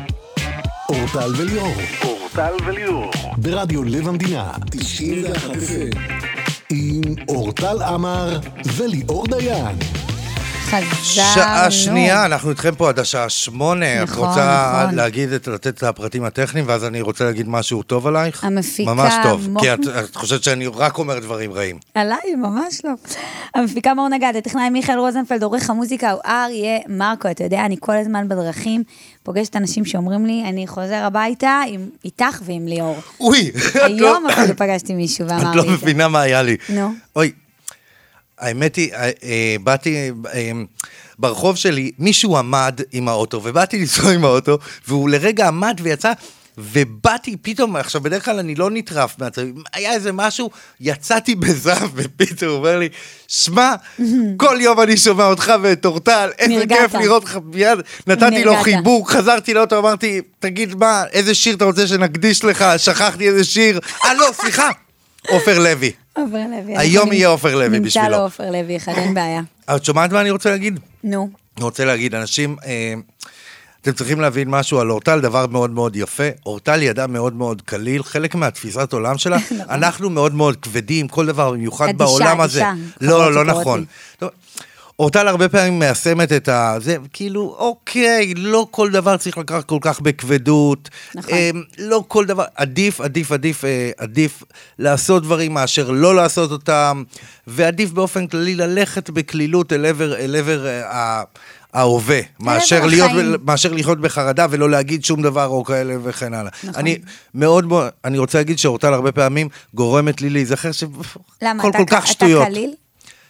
אורטל וליאור. אורטל וליאור. ברדיו לב המדינה. תשעים ואחת אף אם. עם אורטל עמר וליאור דיין. חזרנו. שעה שנייה, אנחנו איתכם פה עד השעה שמונה. את נכון, רוצה נכון. להגיד, את- לתת את הפרטים הטכניים, ואז אני רוצה להגיד משהו טוב עלייך? המפיקה ממש טוב, מור- כי את את חושבת שאני רק אומר דברים רעים. עליי, ממש לא. המפיקה מור נגד, הטכנאי מיכאל רוזנפלד, עורך המוזיקה הוא אריה מרקו. אתה יודע, אני כל הזמן בדרכים פוגשת אנשים שאומרים לי, אני חוזר הביתה עם- איתך ועם ליאור. אוי, את לא- היום אפילו פגשתי מישהו ואמר את לי לא את זה. מבינה מה היה לי. נו. אוי, האמת היא, אה, אה, באתי, אה, ברחוב שלי, מישהו עמד עם האוטו, ובאתי לנסוע עם האוטו, והוא לרגע עמד ויצא, ובאתי פתאום, עכשיו בדרך כלל אני לא נטרף מהצבים, היה איזה משהו, יצאתי בזהב, ופתאום הוא אומר לי, שמע, כל יום אני שומע אותך ואת אורטל, איזה כיף לראות לך ביד, נתתי לו חיבוק, חזרתי לאוטו, אמרתי, תגיד מה, איזה שיר אתה רוצה שנקדיש לך, שכחתי איזה שיר, אה לא, סליחה, עופר לוי. עופר לוי. היום יהיה עופר לוי בשבילו. נמצא לו עופר לוי, אחד אין בעיה. את שומעת מה אני רוצה להגיד? נו. אני רוצה להגיד, אנשים, אתם צריכים להבין משהו על אורטל, דבר מאוד מאוד יפה. אורטל ידע מאוד מאוד קליל, חלק מהתפיסת עולם שלה, אנחנו מאוד מאוד כבדים, כל דבר במיוחד בעולם הזה. לא, לא נכון. אורטל הרבה פעמים מיישמת את ה... זה כאילו, אוקיי, לא כל דבר צריך לקחת כל כך בכבדות. נכון. לא כל דבר, עדיף, עדיף, עדיף, עדיף לעשות דברים מאשר לא לעשות אותם, ועדיף באופן כללי ללכת בכלילות אל עבר, אל עבר ה... ההווה, מאשר להיות, מאשר לחיות בחרדה ולא להגיד שום דבר או כאלה וכן הלאה. נכון. אני מאוד, אני רוצה להגיד שאורטל הרבה פעמים גורמת לי להיזכר שכל כל כך שטויות. אתה קליל?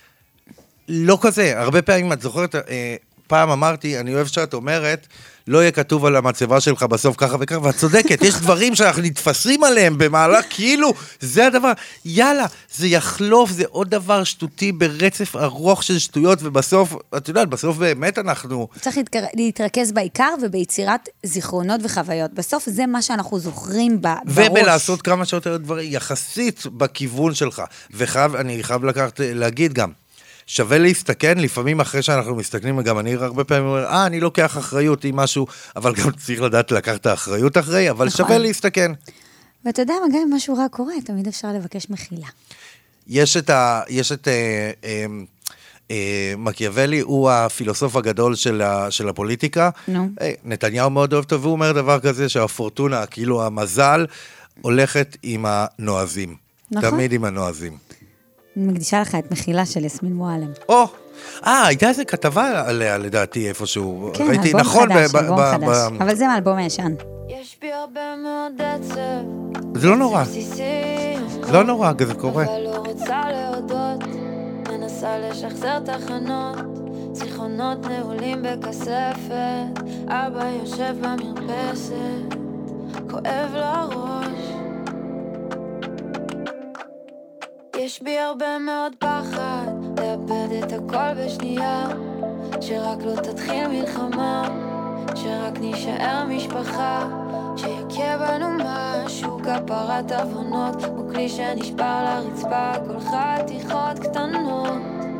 לא כזה, הרבה פעמים את זוכרת, פעם אמרתי, אני אוהב שאת אומרת, לא יהיה כתוב על המצבה שלך בסוף ככה וככה, ואת צודקת, יש דברים שאנחנו נתפסים עליהם במהלך, כאילו, זה הדבר, יאללה, זה יחלוף, זה עוד דבר שטותי ברצף ארוך של שטויות, ובסוף, את יודעת, בסוף באמת אנחנו... צריך להתרכז בעיקר וביצירת זיכרונות וחוויות. בסוף זה מה שאנחנו זוכרים בראש. ובלעשות כמה שיותר דברים, יחסית בכיוון שלך. ואני חייב לקחת, להגיד גם, שווה להסתכן, לפעמים אחרי שאנחנו מסתכנים, גם אני הרבה פעמים אומר, אה, אני לוקח אחריות עם משהו, אבל גם צריך לדעת לקחת האחריות אחרי, אבל נכון. שווה להסתכן. ואתה יודע, גם אם משהו רע קורה, תמיד אפשר לבקש מחילה. יש את ה... יש את... אה, אה, אה, מקיאוולי הוא הפילוסוף הגדול של, ה, של הפוליטיקה. נו. אה, נתניהו מאוד אוהב טוב, והוא אומר דבר כזה, שהפורטונה, כאילו המזל, הולכת עם הנועזים. נכון. תמיד עם הנועזים. אני מקדישה לך את מחילה של יסמין מועלם. או, אה, הייתה איזה כתבה עליה, לדעתי, איפשהו. כן, ראיתי, אלבום נכון, חדש, ב- אלבום ב- חדש. ב- אבל זה מאלבום הישן. יש בי הרבה מאוד עצב. זה לא נורא. לא נורא, זה קורה. אבל לא רוצה להודות, מנסה לשחזר תחנות, זיכרונות נעולים בכספת, אבא יושב במרפסת, כואב לו הראש. יש בי הרבה מאוד פחד, לאבד את הכל בשנייה, שרק לא תתחיל מלחמה, שרק נשאר משפחה, שיקה בנו משהו, כפרת אבונות, כמו כלי שנשבר לרצפה, כל חתיכות קטנות.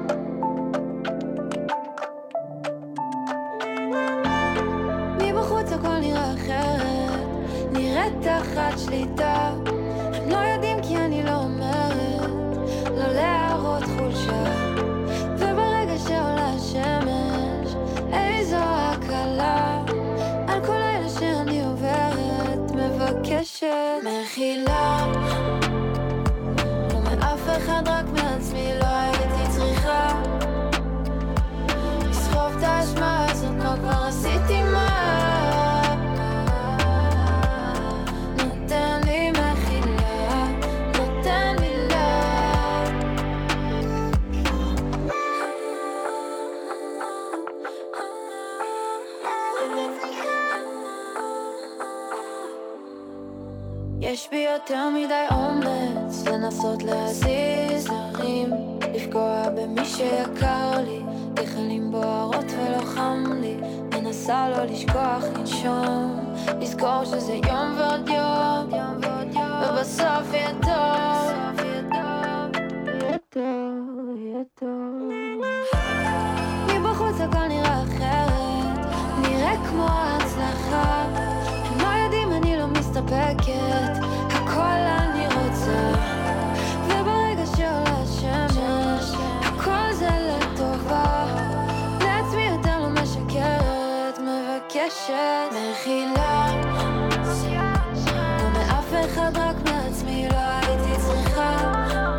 מבחוץ הכל נראה אחרת, נראה תחת שליטה, הם לא יודעים כי אני לא אומרת, לא להראות חולשה, וברגע שעולה השמש, איזו הקלה, על כל אלה שאני עוברת, מבקשת מחילה, לא מאף אחד רק מעצמי, לא הייתי צריכה לסחוב את האשמה הזאת, מה כבר עשיתי מה, נותן לי מחילה, נותן מילה. יש בי יותר מדי אומץ לנסות להזיז הרים, לפגוע במי שיקר לי, גחלים בוערות ולא חם לי, מנסה לא לשכוח לנשום, לזכור שזה יום ועוד יום, ובסוף יהיה טוב, יהיה טוב, יהיה טוב. מבחוץ הכל נראה אחרת, נראה כמו ההצלחה, הם לא יודעים אני לא מסתפקת, הכל אני רוצה, וברגע שעולה השמש, הכל זה לטובה, לעצמי יותר לא משקרת, מבקשת מחילה, לא מאף אחד רק מעצמי, לא הייתי צריכה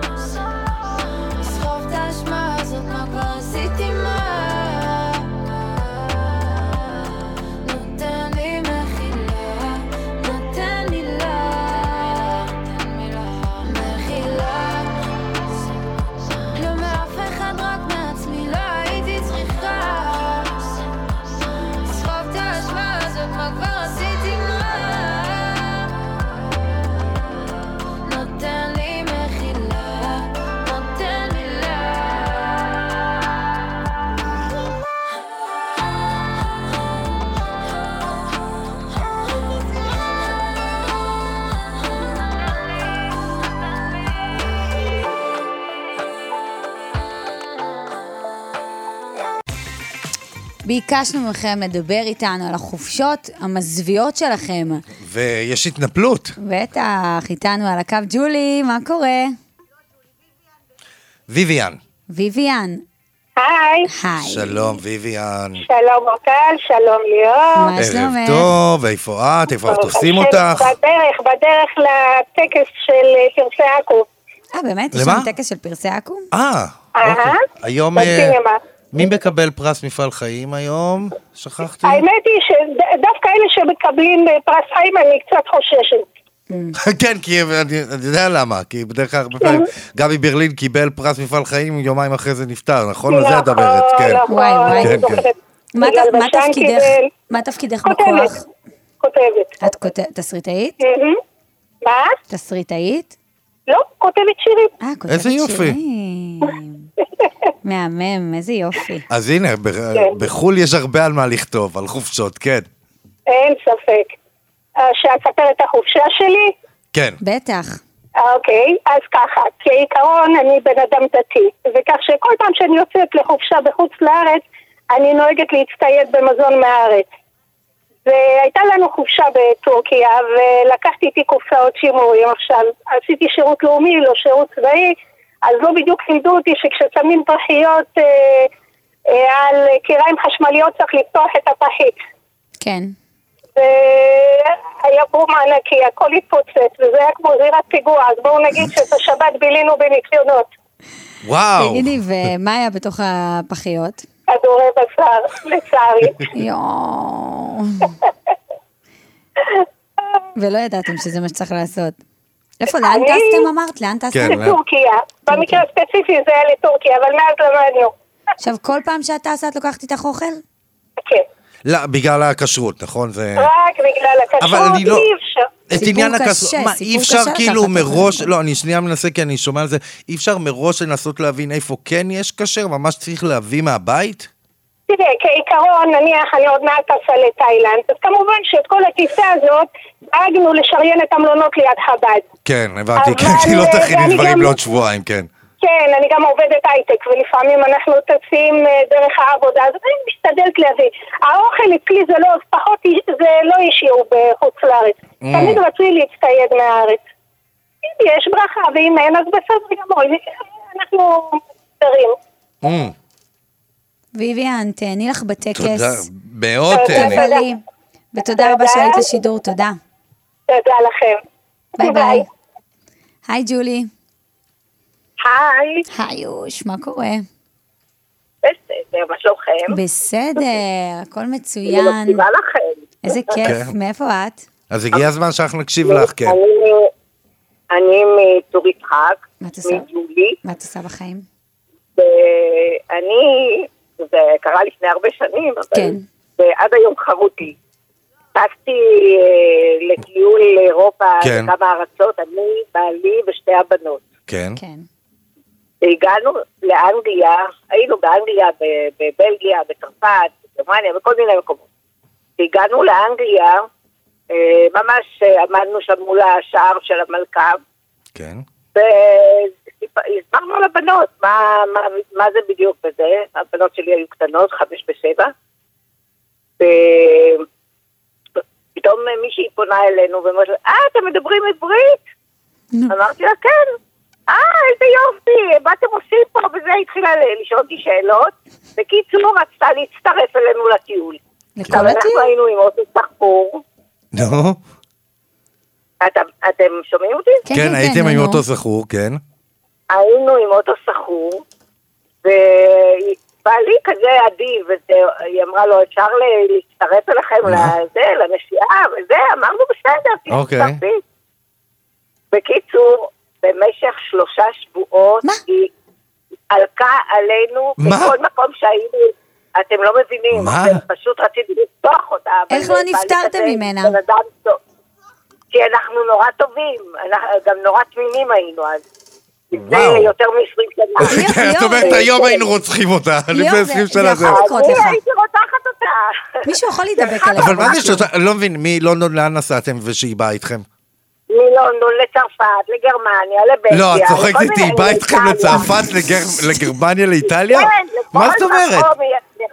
לסחוב את האשמה הזאת, מה כבר עשיתי מה, נותן לי מחילה, נותן מילה, מחילה, לא מאף אחד רק מעצמי, לא הייתי צריכה לסחוב את האשמה הזאת, ביקשנו מכם לדבר איתנו על החופשות המזוויעות שלכם. ויש התנפלות. בטח, איתנו על הקו ג'ולי, מה קורה? ויביאן. ויביאן. היי. היי. שלום, ויביאן. שלום אורטל, שלום ליאור. מה ערב שלומך? טוב, איפה את? איפה אנחנו תופסים אני אותך? בדרך, בדרך לטקס של פרסי עכו. אה, באמת? יש למה? לנו טקס של פרסי עכו"ם? אה, אהה. אוקיי. היום, אה, בסינמה. מי מקבל פרס מפעל חיים היום? שכחתי. האמת היא שדווקא אלה שמקבלים פרס חיים אני קצת חוששת. כן, כי אני אני יודע למה, כי בדרך כלל הרבה פעמים, גבי ברלין קיבל פרס מפעל חיים, יומיים אחרי זה נפטר, נכון? על זה את מדברת, כן. נכון, וואי, וואי. אני כן, זוכרת. מה ת- יגאל מה בשן תפקידך? קיבל. מה תפקידך כותבת. בכוח? כותבת. את כותבת, תסריטאית? מהמם. מה? תסריטאית? לא, כותבת שירים. אה, כותבת איזה יופי. שירים. מהמם, איזה יופי. אז הנה, ב- כן. בחול יש הרבה על מה לכתוב, על חופשות, כן. אין ספק. אה, שאספר את החופשה שלי? כן. בטח. אוקיי, אז ככה, כעיקרון אני בן אדם דתי, וכך שכל פעם שאני יוצאת לחופשה בחוץ לארץ, אני נוהגת להצטייד במזון מהארץ. והייתה לנו חופשה בטורקיה, ולקחתי איתי קופסאות שימורים עכשיו. עשיתי שירות לאומי, לא שירות צבאי, אז לא בדיוק לימדו אותי שכששמים פחיות אה, אה, על קיריים חשמליות צריך לפתוח את הפחית. כן. והיה בום ענקי, הכל התפוצץ, וזה היה כמו זירת פיגוע, אז בואו נגיד שאת השבת בילינו בניקיונות. וואו. תגידי, ומה היה בתוך הפחיות? כדורי בשר, לצערי. יואו. ולא ידעתם שזה מה שצריך לעשות. איפה, לאן אני- טסתם אמרת? לאן טסתם? כן. לטורקיה. במקרה הספציפי זה היה לטורקיה, אבל מאז למדנו. עכשיו, כל פעם שאת טסה את לוקחת איתך אוכל? כן. לא, בגלל הכשרות, נכון? זה... רק בגלל אבל הכשרות אני לא... אי אפשר. את סיפור עניין קשה, הכשרות, מה, סיפור אי אפשר קשה כאילו לקחת מראש, אוכל. לא, אני שנייה מנסה כי אני שומע על זה, אי אפשר מראש לנסות להבין איפה כן יש כשר, ממש צריך להביא מהבית? תראה, כעיקרון, נניח אני עוד מעט טסה לתאילנד, אז כמובן שאת כל הטיסה הזאת דאגנו לשריין את המלונות ליד חב"ד. כן, הבנתי, אבל, כן, כי לא אה, תכיני ואני דברים גם- לעוד שבועיים, כן. כן, אני גם עובדת הייטק, ולפעמים אנחנו טסים אה, דרך העבודה, אז אני משתדלת להביא. האוכל אצלי זה לא, פחות, זה לא השאירו בחוץ לארץ. תמיד רצוי להצטייד מהארץ. אם יש ברכה, ואם אין, אז בסדר גמור, אנחנו מסתרים. Mm, ויביאן, תהני לך תודה, בטקס. מאוד תודה. תהנה. תבלי. ותודה רבה תודה. שהיית לשידור, תודה. תודה לכם. ביי ביי. היי ג'ולי. היי, היי יוש, מה קורה? בסדר, מה שלומכם? בסדר, הכל אני מצוין. מקשיבה לכם. איזה כיף, כן. מאיפה את? אז הגיע הזמן שאנחנו נקשיב לך, כן. אני- אני מטור יצחק, מה את עושה? מג'ולי, מה את עושה בחיים? ואני, זה קרה לפני הרבה שנים, אבל כן. זה עד היום חמודי. טסתי אה, לטיול לאירופה, כן. בכמה ארצות, אני, בעלי ושתי הבנות. כן. כן. והגענו לאנגליה, היינו באנגליה, ב- בבלגיה, בצרפת, בגרמניה, בכל מיני מקומות. והגענו לאנגליה, אה, ממש אה, עמדנו שם מול השער של המלכה, כן. והסברנו לבנות מה, מה, מה זה בדיוק בזה. הבנות שלי היו קטנות, חמש ושבע. ופתאום מישהי פונה אלינו ואומרת, אה, אתם מדברים עברית? אמרתי לה, כן. אה, איזה יופי, מה אתם עושים פה? וזה התחילה לשאול אותי שאלות. בקיצור, רצתה להצטרף אלינו לטיול. לכל עכשיו, אנחנו הטיול? היינו עם אוטו סחור. נו, אתם, אתם שומעים אותי? כן, הייתם עם נו. אותו זכור, כן. היינו עם אוטו סחור, ובעלי כזה אדיב, והיא אמרה לו, אפשר ל- להצטרף אליכם לזה, לנסיעה, וזה, אמרנו בסדר, אוקיי. תצטרפי. בקיצור, במשך שלושה שבועות, מה? היא עלקה עלינו מה? בכל מקום שהיינו, אתם לא מבינים, מה? אתם פשוט רציתי לפתוח אותה. אבל איך לא בעלי נפטרתם כזה, ממנה? בן אדם טוב. כי אנחנו נורא טובים, אנחנו גם נורא תמימים היינו אז. לפני וואו. יותר מ-עשרים שנה. ליאור, את אומרת, ליאור. היום היינו רוצחים אותה, ליאור, לפני זה- עשרים זה שנה יכול זהו. לקרות לך. אני הייתי רוצחת אותה. מישהו יכול להידבק עליך. אבל מה זה משהו. שאתה, אני לא מבין, מלונדון לאן נסעתם ושהיא באה איתכם? מלונדון לצרפת, לגרמניה, לבלגיה. לא, את צוחקת לכל איתי, מיני- היא באה איתכם לאיטליה. לצרפת, לגר- לגרמניה, לאיטליה? כן, מה לכל זאת אומרת? מקום היא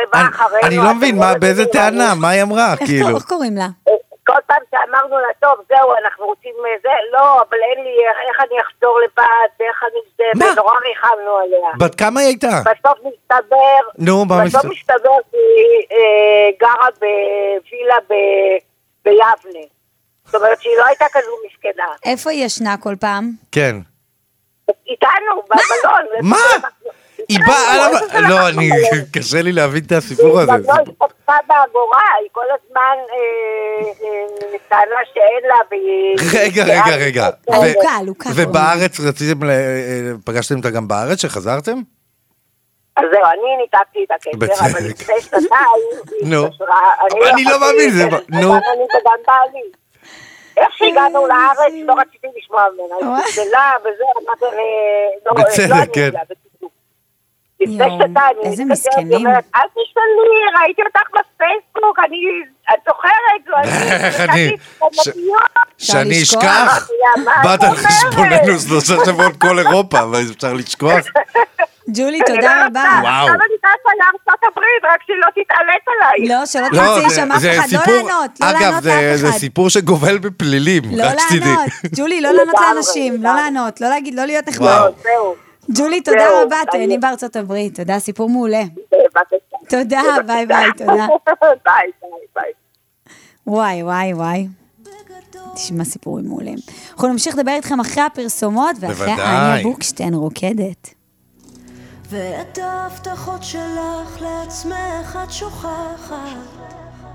ובא אחרינו. אני לא מבין, באיזה טענה, מה היא אמרה, כאילו? איך קוראים לה? כל פעם שאמרנו לה, טוב, זהו, אנחנו רוצים זה, לא, אבל אין לי, איך אני אחזור לבת, איך אני זה, ונורא ריחמנו עליה. בת כמה היא הייתה? בסוף מסתבר, נו, מה מסתבר? בסוף מסתבר שהיא גרה בווילה ביבנה. זאת אומרת שהיא לא הייתה כזו מסכנה. איפה היא ישנה כל פעם? כן. איתנו, במלון. מה? היא באה, לא, אני, קשה לי להבין את הסיפור הזה. היא לא הסתפקה באגורה, היא כל הזמן טענה שאין לה, רגע, רגע, רגע. אלוקה, אלוקה. ובארץ רציתם, פגשתם אותה גם בארץ שחזרתם? אז זהו, אני ניתקתי את הקשר, אבל לפני שנתיים, נו, אני לא מאמין, זה, נו. אני וגם בעלי. איך שהגענו לארץ, לא רציתי לשמוע ממנה, היא גדלה וזה, אמרתי, בצדק, כן. לפני שנתיים, איזה מסכנים. היא אומרת, אל תשאלי, ראיתי אותך בפייסבוק, אני, את זוכרת, אני, שאני אשכח, באת על חשבוננו שלושה שבועות כל אירופה, אבל אפשר לשכוח. ג'ולי, תודה רבה. וואו. עכשיו אני טסה לארצות הברית, רק שהיא לא תתעלת עליי. לא, שלא תמצאי שם אף אחד, לא לענות, לא לענות לאף אחד. אגב, זה סיפור שגובל בפלילים, לא לענות, ג'ולי, לא לענות לאנשים, לא לענות, לא להגיד, לא להיות נחמד. ג'ולי, תודה רבה, תהני בארצות הברית, תודה, סיפור מעולה. תודה, ביי ביי, תודה. ביי, ביי. וואי, וואי, וואי. תשמע סיפורים מעולים. אנחנו נמשיך לדבר איתכם אחרי הפרסומות, ואחרי אניה בוקשטיין רוקדת. ואת ההבטחות שלך לעצמך את שוכחת,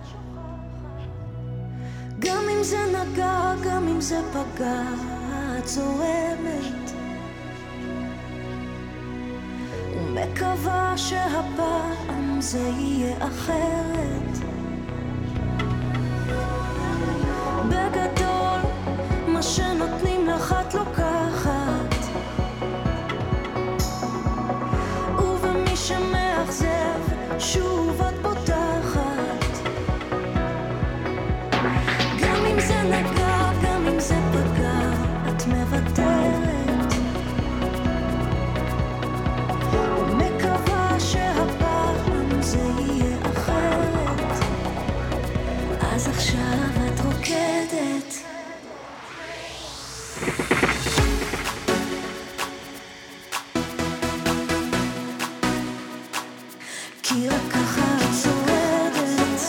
גם אם זה נגע, גם אם זה פגע, את זורמת ומקווה שהפעם זה יהיה אחרת. בגדול מה שנותנים לך את לוקחת, ובמי שמאכזב שוב את פותחת, גם אם זה נגע, גם אם זה פגע, את מוותרת ומקווה שהפעם זה יהיה אחרת. אז עכשיו את רוקדת, כי רק ככה את שורדת.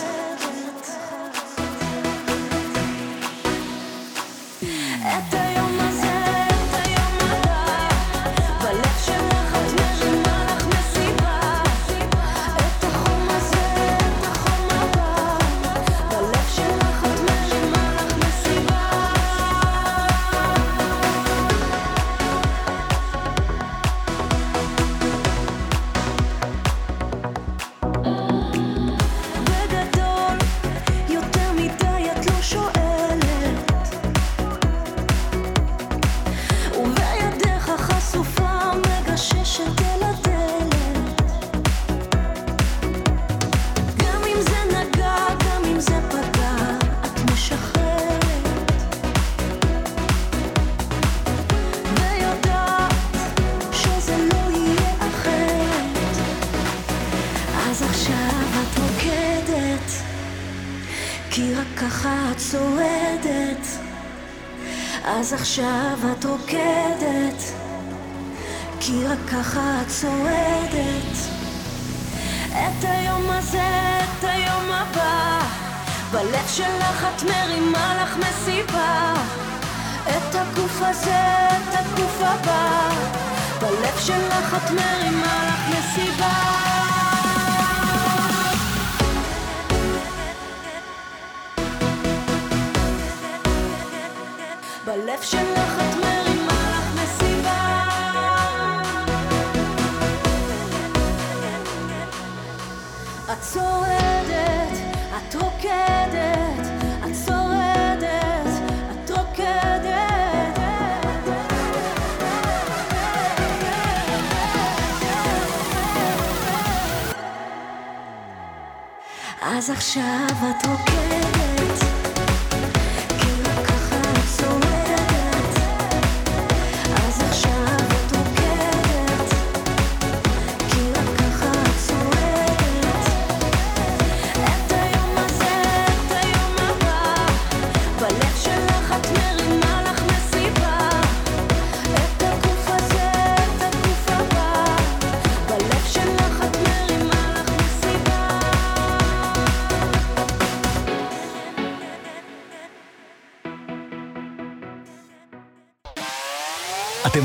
את היום הזה, את היום הבא, בלב שלך את מרימה לך מסיבה. את החום הזה, את החום הבא, בלב שלך את מרימה לך מסיבה. בגדול, יותר מדי את לא שואלת, ובידך חשופה מגששת אל הדלת, גם אם זה נגע, גם אם זה פגע, את משחררת ויודעת שזה לא יהיה אחרת. אז עכשיו את רוקדת, כי רק ככה את שורדת. אז עכשיו את רוקדת, כי רק ככה את שורדת. את היום הזה, את היום הבא, בלב שלך את מרימה לך מסיבה. את הגוף הזה, את הגוף הבא, בלב שלך את מרימה לך מסיבה. בלב שלך את מרימה לך מסיבה. את שורדת, את רוקדת, את שורדת, את רוקדת. אז עכשיו את רוקדת, כי רק ככה את שורדת. אז עכשיו את רוקדת, כי רק ככה את שורדת.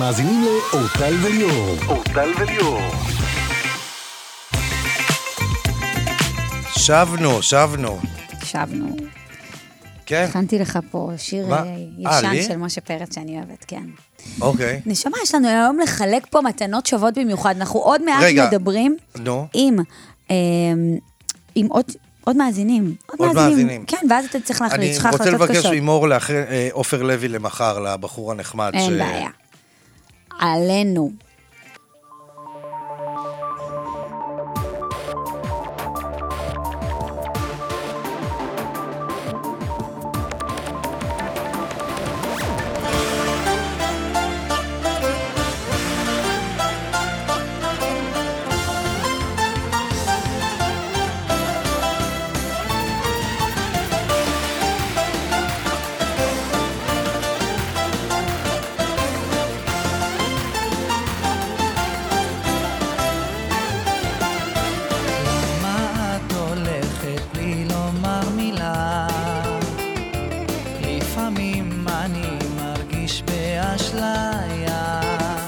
מאזינים לאורטל וליאור. אורטל וליאור. שבנו, שבנו. שבנו. כן. הכנתי לך פה שיר מה? ישן אה, לי? של משה פרץ שאני אוהבת, כן. אוקיי. נשמה, יש לנו היום לחלק פה מתנות שוות במיוחד. אנחנו עוד מעט רגע. מדברים נו. עם, אה, עם עוד, עוד מאזינים. עוד מאזינים. כן, ואז אתה צריך להחליט, יש לך אני החלטות רוצה קשות. לבקש ממור לעופר לוי למחר, לבחור הנחמד. אין ש- בעיה. עלינו. למה את הולכת בלי לומר מילה? לפעמים אני מרגיש באשליה.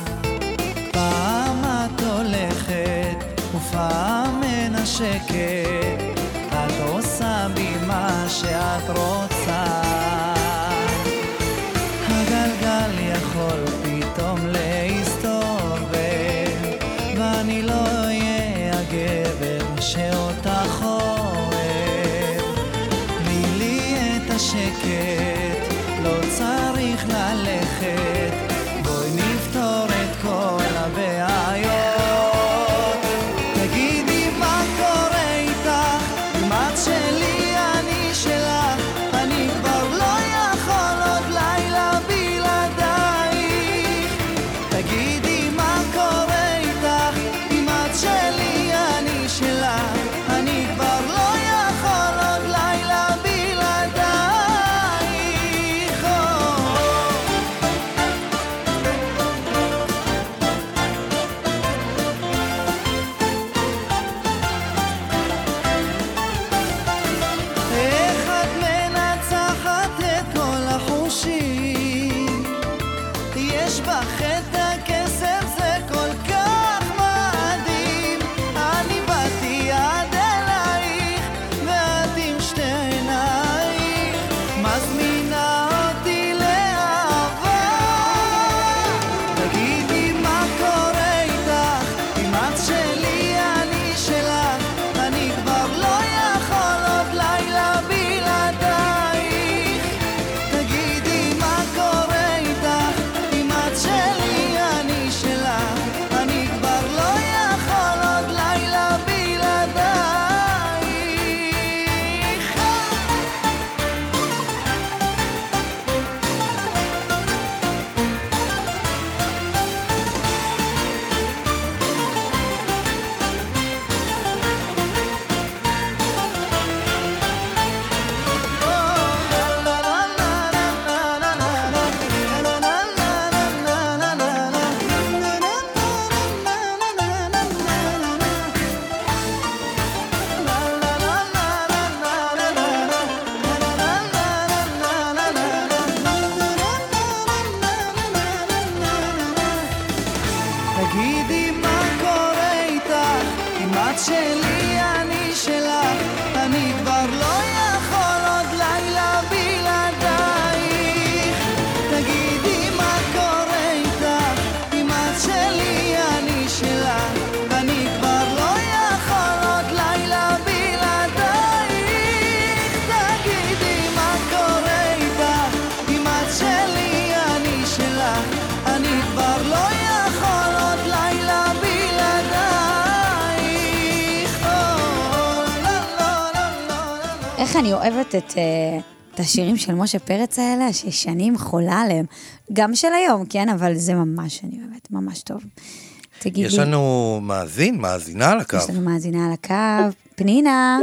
פעם את הולכת ופעם מנשקת, את עושה בי מה שאת רוצה. הגלגל יכול פתאום להסתובב, ואני לא אהיה הגבר שאותך אוהב. תני לי את השקט, לא צריך ללכת, בואי נפתור את כל הבעיות. תגידי מה קורה איתך, אם את שלי אני שלך, אני כבר לא יכול עוד לילה בלעדייך. תגידי מה קורה איתך, אם את שלי אני שלך, אני כבר לא יכול עוד לילה בלעדייך. איך את מנצחת את כל החושים, יש בך את הכסף, זה כל כך מדהים. אני באתי עד אלייך, ואת עם שתי עינייך מזמינה אותי לאהבה. תגידי מה קורה איתך, אם את שלי אני שלך, אני כבר לא יכול עוד לילה בלעדייך. תגידי מה קורה איתך, אם את שלי אני שלך, אני כבר לא יכול עוד לילה בלעדייך. תגידי מה קורה איתך, אם את שלי אני שלך, אני כבר לא יכול עוד לילה בלעדייך. תגידי מה קורה איתך, אם את שלי אני שלך, אני כבר לא יכול עוד לילה בלעדייך. תגידי מה קורה איתך, אם את שלי אני שלך, אני כבר לא יכול עוד לילה בלעדייך. או, לא, לא, לא, לא, לא. איך אני אוהבת את, uh, את השירים של משה פרץ האלה, ששנים חולה עליהם. גם של היום, כן? אבל זה ממש אני אוהבת, ממש טוב. תגידי. יש לנו מאזין, מאזינה על הקו. יש לנו מאזינה על הקו. פנינה.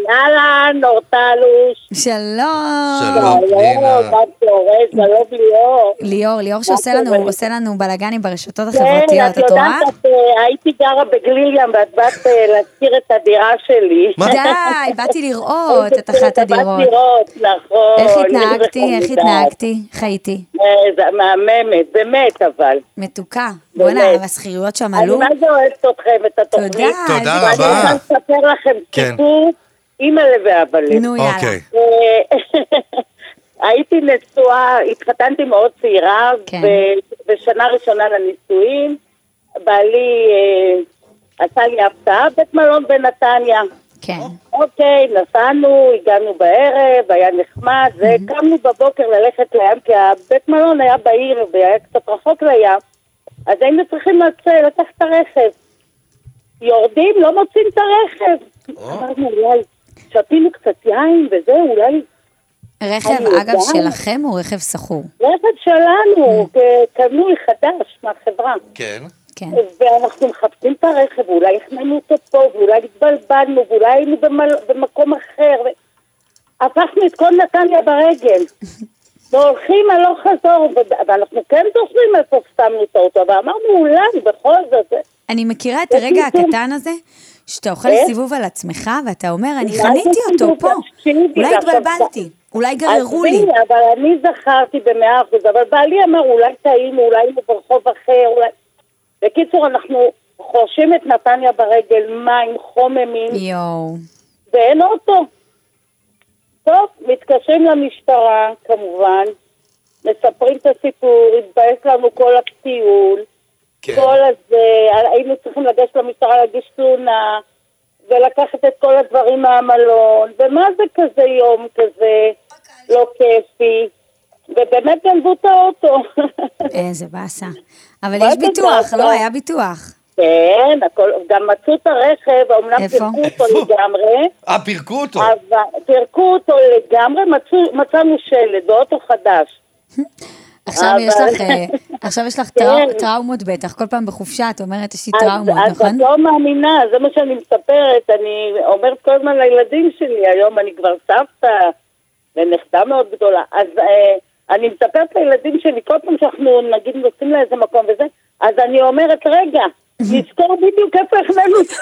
אהלן, אורטלוש. שלום. שלום, פנינה. שלום, צהריים, שלום ליאור. ליאור, ליאור שעושה לנו, עושה לנו בלגנים ברשתות כן, החברתיות, את את רואה? יודעת, את, אה, הייתי גרה בגליליאם, ואת באת אה, להזכיר את הדירה שלי. די, באתי לראות את אחת הדירות. באתי לראות, נכון. איך התנהגתי, איך חמודה. התנהגתי, חייתי. אה, זה מהממת, באמת אבל. מתוקה. באמת. בוא'נה, הסחירויות שם אני עלו. מה זה אוהבת אתכם, את התוכנית. תודה. תודה ואני רבה. רוצה לספר לכם כן. סיפור, אימא'לה ואבא'לה. נו, יאללה. אוקיי. אה, הייתי נשואה, התחתנתי מאוד צעירה, כן. ובשנה ראשונה לנישואים, בעלי אה, עשה לי הפתעה, בית מלון בנתניה. כן. אוקיי, נסענו, הגענו בערב, היה נחמד, וקמנו בבוקר ללכת לים, כי הבית מלון היה בעיר והיה קצת רחוק לים, אז היינו צריכים לצאת, לקחת את הרכב. יורדים, לא מוצאים את הרכב. אמרנו, אולי, שתינו קצת יין וזהו, אולי... רכב, אני אגב, יודעת. שלכם הוא רכב סחור. רכב שלנו, קנוי חדש מהחברה. כן. כן. ואנחנו מחפשים את הרכב, ואולי החמנו אותו פה, ואולי התבלבלנו, ואולי היינו במל... במקום אחר. ו... הפכנו את כל נתניה ברגל. והולכים הלוך חזור, ו... ואנחנו כן זוכרים איפה שמנו את האוטו, ואמרנו אולי בכל זאת. אני מכירה את הרגע הקטן הזה, שאתה אוכל כן? סיבוב על עצמך, ואתה אומר, אני מה חניתי זה אותו סיבוב? פה. תקשיבי, אולי ועכשיו- התבלבלתי, אולי גררו לי. עזבי, אבל אני זכרתי במאה אחוז, אבל בעלי אמר, אולי טעינו, אולי היינו ברחוב אחר, אולי... בקיצור, אנחנו חורשים את נתניה ברגל, מים חוממים, יואו. ואין אוטו. טוב, מתקשרים למשטרה, כמובן, מספרים את הסיפור, התבאס לנו כל הטיול, כן. כל הזה, היינו צריכים לגשת למשטרה להגיש תלונה, ולקחת את כל הדברים מהמלון, ומה זה כזה יום כזה לא כיפי, ובאמת גנבו את האוטו. איזה באסה. אבל מה יש זה ביטוח, באסה? לא, היה ביטוח. כן, הכל, גם מצאו את הרכב, אומנם איפה? פירקו אותו לגמרי, אה, פירקו אותו. אבל פירקו אותו לגמרי, מצאו, מצאנו שלט באוטו חדש. עכשיו אבל- יש לך, אה, עכשיו יש לך כן. טראו- טראומות בטח, כל פעם בחופשה את אומרת, יש לי אז, טראומות, אז נכון? את לא מאמינה, זה מה שאני מספרת, אני אומרת כל הזמן לילדים שלי, היום אני כבר סבתא, ונכדה מאוד גדולה, אז אה, אני מספרת לילדים שלי, כל פעם שאנחנו נגיד נוסעים לאיזה מקום וזה, אז אני אומרת, רגע, נזכור בדיוק איפה החמנו את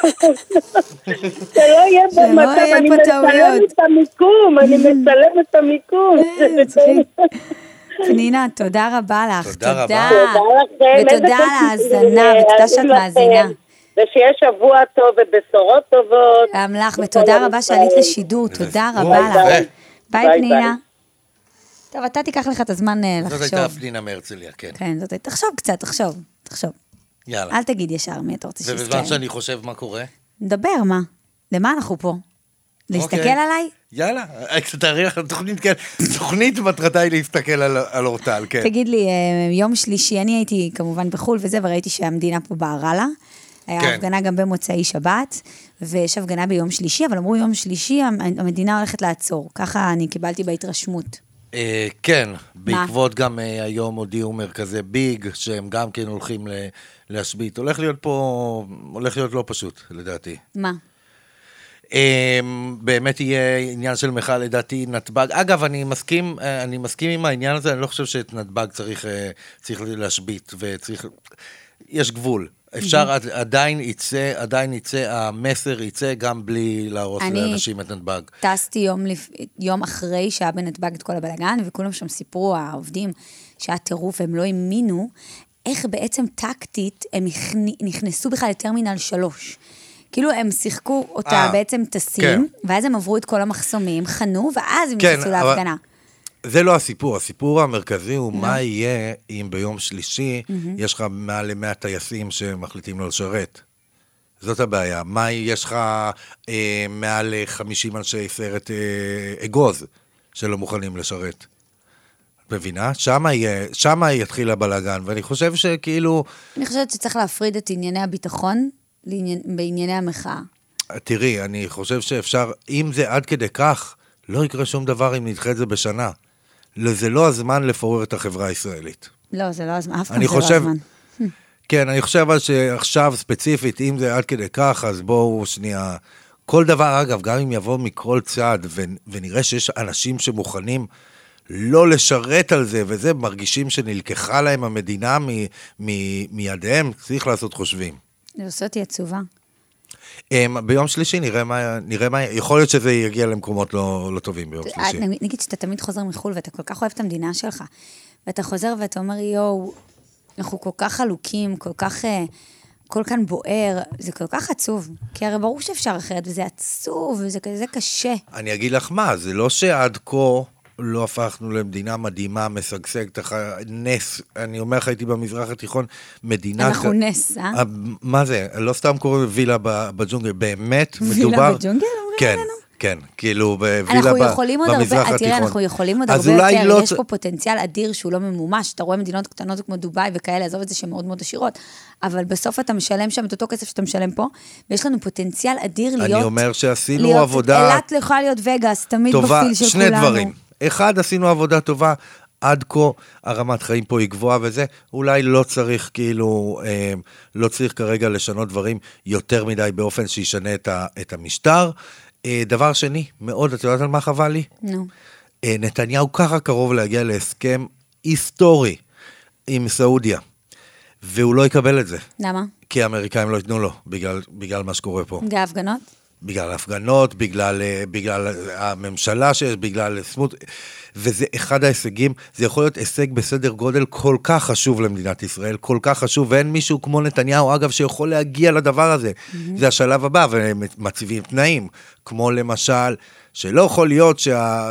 שלא יהיה שלא במצב, יהיה אני פה מצלמת טעויות. את המיקום, אני מצלמת את המיקום. אה, מצחיק. פנינה, תודה רבה לך, תודה רבה. תודה. תודה לכם, איזה ותודה על כיף ההאזנה, שזה, ותודה אני שאת לכם. מאזינה. ושיהיה שבוע טוב ובשורות טובות. גם לך, ותודה רבה שעלית לשידור, תודה סיפור רבה לך. יפה. ביי, ביי, פנינה. טוב, אתה תיקח לך את הזמן אה, זאת לחשוב. הייתה פנינה מהרצליה, כן. כן, זאת הייתה, תחשוב קצת, תחשוב, תחשוב. יאללה. אל תגיד ישר מי אתה רוצה שיזכר. ובזמן שאני חושב מה קורה, נדבר, מה? למה אנחנו פה? להסתכל אוקיי. עליי? יאללה, תארי לך, תוכנית, כן, תוכנית מטרתה היא להסתכל על, על אורטל, כן. תגיד לי, אה, יום שלישי, אני הייתי כמובן בחול וזה, וראיתי שהמדינה פה בערה לה. היה כן. הפגנה גם במוצאי שבת, ויש הפגנה ביום שלישי, אבל אמרו יום שלישי, המדינה הולכת לעצור. ככה אני קיבלתי בהתרשמות. אה, כן, בעקבות גם אה, היום הודיעו מרכזי ביג, שהם גם כן הולכים ל- להשבית. הולך להיות פה, הולך להיות לא פשוט, לדעתי. מה? אה, באמת יהיה עניין של מחאה, לדעתי, נתב"ג. אגב, אני מסכים, אה, אני מסכים עם העניין הזה, אני לא חושב שאת נתב"ג צריך, אה, צריך להשבית, וצריך, יש גבול. אפשר, עד- עדיין יצא, עדיין יצא, המסר יצא גם בלי להרוס אני- לאנשים את נתב"ג. טסתי יום, לפ... יום אחרי שהיה בנתב"ג את כל הבלגן, וכולם שם סיפרו, העובדים, שהיה טירוף, הם לא האמינו, איך בעצם טקטית הם הכנ- נכנסו בכלל לטרמינל שלוש. כאילו הם שיחקו אותה אה, בעצם טסים, כן. ואז הם עברו את כל המחסומים, חנו, ואז הם כן, נכנסו אבל- להפגנה. זה לא הסיפור, הסיפור המרכזי הוא מה יהיה אם ביום שלישי יש לך מעל למאה טייסים שמחליטים לא לשרת. זאת הבעיה. מה יש לך אה, מעל חמישים אנשי סרט אה, אגוז שלא מוכנים לשרת. את מבינה? שמה, יהיה, שמה יתחיל הבלגן, ואני חושב שכאילו... אני חושבת שצריך להפריד את ענייני הביטחון לעניין, בענייני המחאה. תראי, אני חושב שאפשר, אם זה עד כדי כך, לא יקרה שום דבר אם נדחה את זה בשנה. זה לא הזמן לפורר את החברה הישראלית. לא, זה לא הזמן, אף פעם אני זה לא חושב- הזמן. כן, אני חושב אבל שעכשיו ספציפית, אם זה עד כדי כך, אז בואו שנייה, כל דבר, אגב, גם אם יבוא מכל צד, ו- ונראה שיש אנשים שמוכנים לא לשרת על זה, וזה מרגישים שנלקחה להם המדינה מ- מ- מידיהם, צריך לעשות חושבים. זה עושה אותי עצובה. ביום שלישי נראה מה, נראה מה, יכול להיות שזה יגיע למקומות לא, לא טובים ביום שלישי. נגיד שאתה תמיד חוזר מחול, ואתה כל כך אוהב את המדינה שלך, ואתה חוזר ואתה אומר, יואו, אנחנו כל כך חלוקים, כל כך, כל כאן בוער, זה כל כך עצוב, כי הרי ברור שאפשר אחרת, וזה עצוב, וזה כזה קשה. אני אגיד לך מה, זה לא שעד כה לא הפכנו למדינה מדהימה, משגשגת, נס, אני אומר לך, הייתי במזרח התיכון, מדינה... אנחנו נס, אה? מה זה? לא סתם קוראים וילה בג'ונגל, באמת מדובר... וילה בג'ונגל? כן, כן, כאילו בווילה במזרח התיכון. תראה, אנחנו יכולים עוד הרבה יותר, יש פה פוטנציאל אדיר שהוא לא ממומש, אתה רואה מדינות קטנות כמו דובאי וכאלה, עזוב את זה שהן מאוד מאוד עשירות, אבל בסוף אתה משלם שם את אותו כסף שאתה משלם פה, ויש לנו פוטנציאל אדיר להיות... אני אומר שעשינו עבודה... אילת יכולה להיות וגאס, תמיד בפיל של כולנו. שני דברים. אחד, עשינו עבודה טובה, עד כה הרמת חיים פה היא גבוהה וזה, אולי לא צריך כאילו, אה, לא צריך כרגע לשנות דברים יותר מדי באופן שישנה את, ה, את המשטר. אה, דבר שני, מאוד, את יודעת על מה חבל לי? נו. אה, נתניהו ככה קרוב להגיע להסכם היסטורי עם סעודיה, והוא לא יקבל את זה. למה? כי האמריקאים לא יתנו לו, בגלל, בגלל מה שקורה פה. בגלל הפגנות? בגלל הפגנות, בגלל, בגלל הממשלה שיש, בגלל סמוט, וזה אחד ההישגים, זה יכול להיות הישג בסדר גודל כל כך חשוב למדינת ישראל, כל כך חשוב, ואין מישהו כמו נתניהו, אגב, שיכול להגיע לדבר הזה. Mm-hmm. זה השלב הבא, ומציבים תנאים, כמו למשל, שלא יכול להיות שה,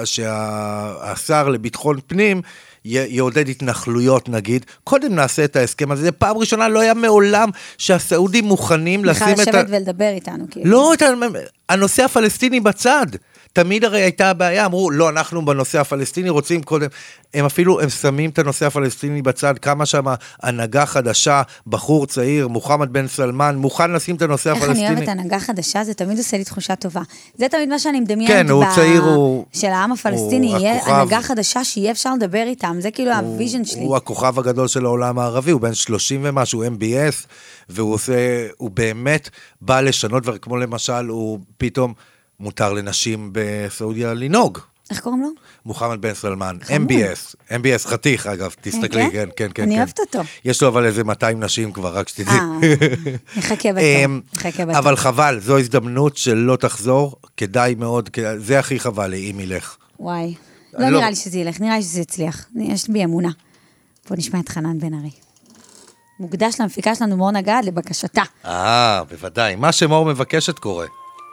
שהשר לביטחון פנים, יעודד התנחלויות נגיד, קודם נעשה את ההסכם הזה, זה פעם ראשונה לא היה מעולם שהסעודים מוכנים לשים את ה... בכלל לשבת ולדבר איתנו. לא, הנושא הפלסטיני בצד, תמיד הרי הייתה הבעיה, אמרו, לא, אנחנו בנושא הפלסטיני רוצים קודם, הם אפילו, הם שמים את הנושא הפלסטיני בצד, כמה שם הנהגה חדשה, בחור צעיר, מוחמד בן סלמן, מוכן לשים את הנושא הפלסטיני. איך אני אוהבת הנהגה חדשה, זה תמיד עושה לי תחושה טובה. זה תמיד מה שאני מדמיינת כן, הוא צעיר, הוא... של העם הפלסטיני, יהיה הנהגה חדשה שיהיה אפשר לדבר איתם, זה כאילו הוויז'ן שלי. הוא הכוכב הגדול של העולם הערבי, הוא בן שלושים ומשהו, אם בי אס, והוא עושה, הוא באמת בא לשנות, וכמו למשל, הוא פתאום מותר לנשים בסעודיה לנהוג. איך קוראים לו? מוחמד בן סלמן, אם בי אס, אם בי אס חתיך אגב, תסתכלי, כן, כן, כן. אני אוהבת אותו. יש לו אבל איזה מאתיים נשים כבר, רק שתדעי. נחכה בתור, נחכה בתור. אבל חבל, זו הזדמנות שלא תחזור, כדאי מאוד, זה הכי חבל לי, אם ילך. וואי, לא נראה לי שזה ילך, נראה לי שזה יצליח, יש בי אמונה. בוא נשמע את חנן בן ארי. מוקדש למפיקה שלנו מור נגד לבקשתה. אה, בוודאי, מה שמור מבקשת קורה.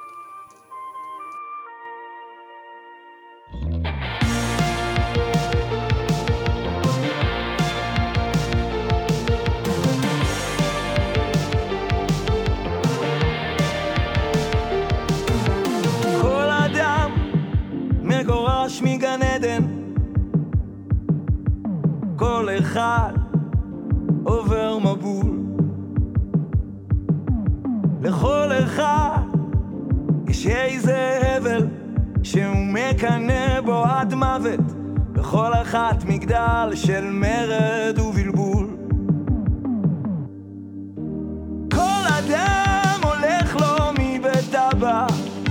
מגורש מגן עדן, כל אחד עובר מבול, לכל אחד יש איזה הבל שהוא מקנה בו עד מוות, בכל אחת מגדל של מרד ובלבול. כל אדם הולך לו מבית אבא,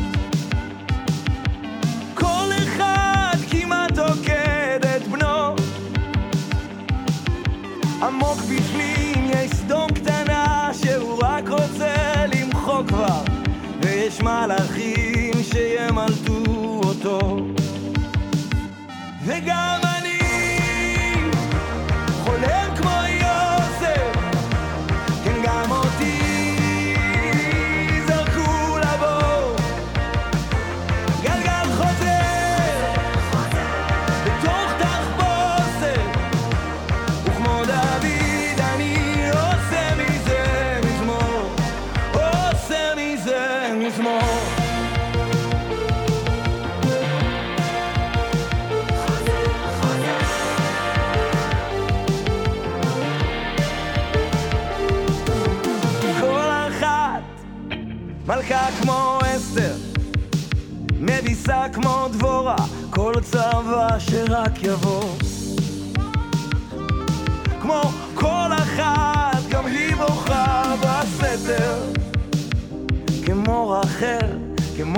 עמוק בפנים יש סדום קטנה שהוא רק רוצה למחוק כבר, ויש מלאכים שימלטו אותו. וגם אני חולם כמו יוסף, כן גם אותי זרקו לבור, גלגל חוזר בתוך תחפושת, וכמו דוד אני עושה מזה מזמור, עושה מזה מזמור. מלכה כמו אסתר, מביסה כמו דבורה, כל צבא שרק יבוא. כמו כל אחת, גם היא בוכה בסתר, כמו רחל, כמו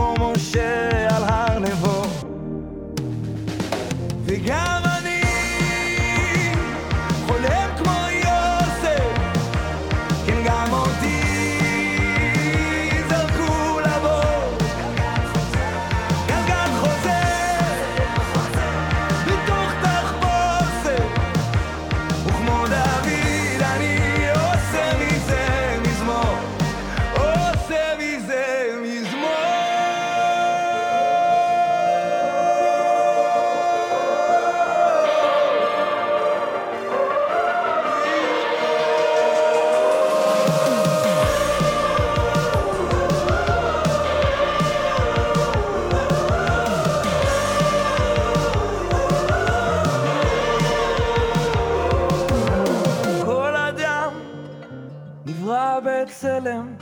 נברא בצלם,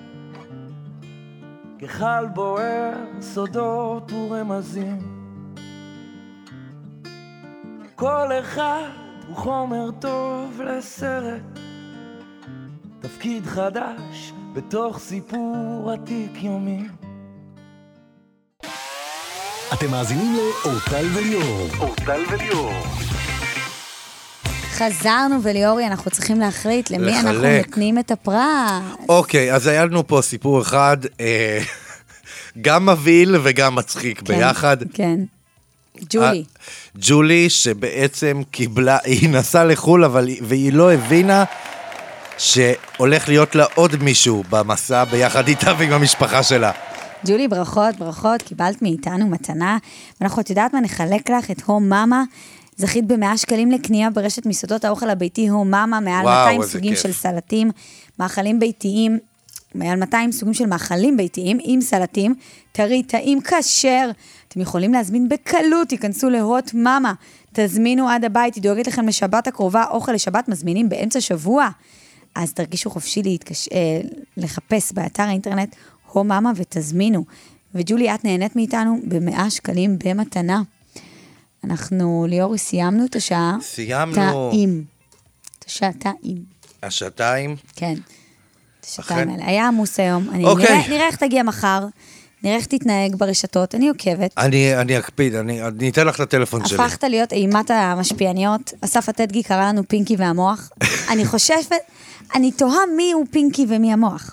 כחל בוער, סודות ורמזים. כל אחד הוא חומר טוב לסרט, תפקיד חדש בתוך סיפור עתיק יומי. אתם מאזינים לאורטל וליאור. אורטל וליאור. חזרנו, וליאורי, אנחנו צריכים להחליט למי לחלק. אנחנו נותנים את הפרס. אוקיי, אז היה לנו פה סיפור אחד, אה, גם מבהיל וגם מצחיק כן, ביחד. כן. ג'ולי. ג'ולי שבעצם קיבלה, היא נסעה לחול, אבל והיא לא הבינה שהולך להיות לה עוד מישהו במסע ביחד איתה ועם המשפחה שלה. ג'ולי, ברכות, ברכות, קיבלת מאיתנו מתנה, ואנחנו, את יודעת מה, נחלק לך את הו מאמה, זכית במאה שקלים לקנייה ברשת מסעדות האוכל הביתי הו מאמה, מעל וואו, מאתיים איזה סוגים כיף. של סלטים, מאכלים ביתיים, מעל מאתיים סוגים של מאכלים ביתיים עם סלטים, טרי, טעים, כשר. אתם יכולים להזמין בקלות, תיכנסו להוט מאמה, תזמינו עד הבית, היא דואגת לכם לשבת הקרובה, אוכל לשבת מזמינים באמצע שבוע. אז תרגישו חופשי להתקש... אה, לחפש באתר האינטרנט הו מאמה ותזמינו. וג'ולי, את נהנית מאיתנו במאה שקלים במתנה. אנחנו, ליאורי, סיימנו את השעה. סיימנו. תאים. את השעה תאים. השעתיים. כן. את השעתיים האלה. היה עמוס היום. אני אוקיי. נראה, נראה איך תגיע מחר. נראה איך תתנהג ברשתות. אני עוקבת. אני, אני אקפיד, אני, אני אתן לך את הטלפון שלי. הפכת להיות אימת המשפיעניות. אסף הטדגי קרא לנו פינקי והמוח. אני חושבת, אני תוהה מי הוא פינקי ומי המוח.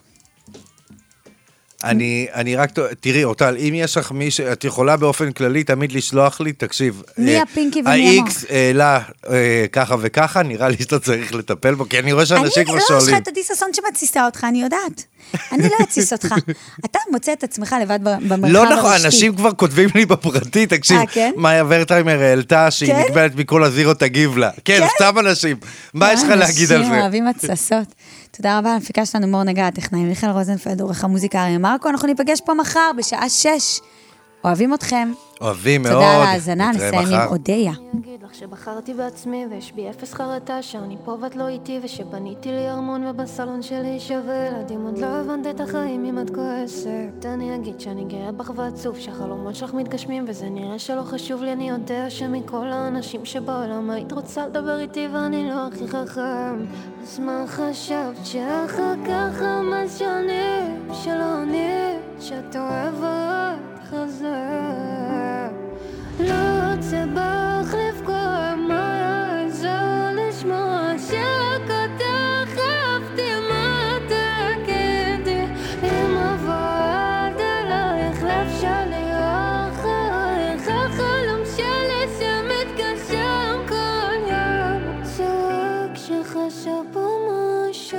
אני, אני רק, תראי, אורטל, אם יש לך מי שאת יכולה באופן כללי תמיד לשלוח לי, תקשיב. מי אה, הפינקי ומי המוח? ה-X העלה אה, ככה וככה, נראה לי שאתה צריך לטפל בו, כי אני רואה שאנשים כבר אני לא שואלים. יש לך את עדי ששון שמתסיסה אותך, אני יודעת. אני לא אציס אותך. אתה מוצא את עצמך לבד במרחב לא נכון, הרשתי. אנשים כבר כותבים לי בפרטי, תקשיב, אה, כן? מאיה ורטהיימר העלתה שהיא כן? נקבלת מכל הזירו, תגיב לה. כן, סתם אנשים. מה יש לך להגיד על אנשים זה? אוהבים התססות. תודה רבה, המפיקה שלנו מור נגע, הטכנאי מיכאל רוזנפלד, עורך המוזיקה אריה מרקו, אנחנו ניפגש פה מחר בשעה שש. אוהבים אתכם. אוהבים מאוד. תודה על ההאזנה, נתראה נסיים מחר. עם אודיה. אני אגיד לך שבחרתי בעצמי ויש בי אפס חרטה שאני פה ואת לא איתי ושבניתי לי ארמון ובסלון שלי שווה ילדים עוד לא הבנת את החיים אם את כועסת אני אגיד שאני גאה בך ועצוב שהחלומות שלך מתגשמים וזה נראה שלא חשוב לי אני יודע שמכל האנשים שבעולם היית רוצה לדבר איתי ואני לא הכי חכם אז מה חשבת שאחר כך רמז שונים שלא עני שאת אוהבת חזר לא רוצה בך לפגוע מה יעזור לשמוע שרק אותך אהבתי מה תגידי אם עבוד עלייך לב שלי אחריך החלום שלי שמתגשם כל יום צועק שחשב בו משהו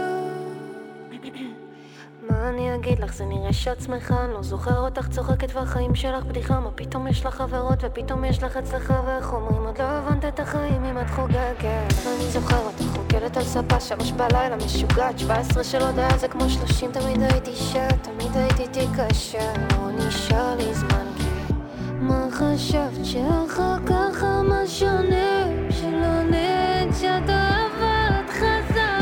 מה אני אגיד לך, זה נראה שאת שמחה, אני לא זוכר אותך צוחקת והחיים שלך בדיחה, מה פתאום יש לך חברות ופתאום יש לך הצלחה ואיך אומרים, עוד לא הבנת את החיים אם את חוגגת ואני זוכר אותך רוקדת על ספה, שלוש בלילה משוגעת, שבע עשרה של הודעה זה כמו שלושים, תמיד הייתי שאת, תמיד הייתי איתי קשה, לא נשאר לי זמן כי מה חשבת שאחר כך מה שונה, שלא נעד שאת אהבת חזרה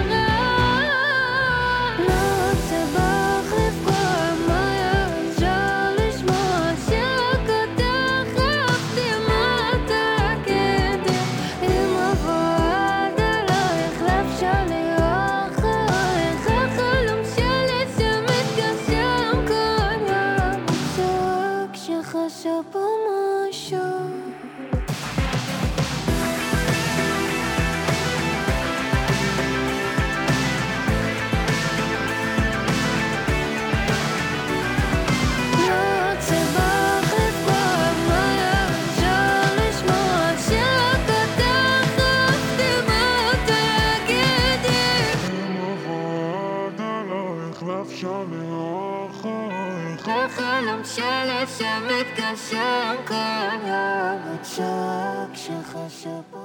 לא רוצה בך לפגוע מה יעזור לשמוע שרק אותך אהבתי מה תגידי אם עבוד עלייך לב שלי אחריך החלום שלי שמתגשם כל יום צועק שחשב בו משהו החלום שלי שמתגשם כל יום הצ'ק שחשב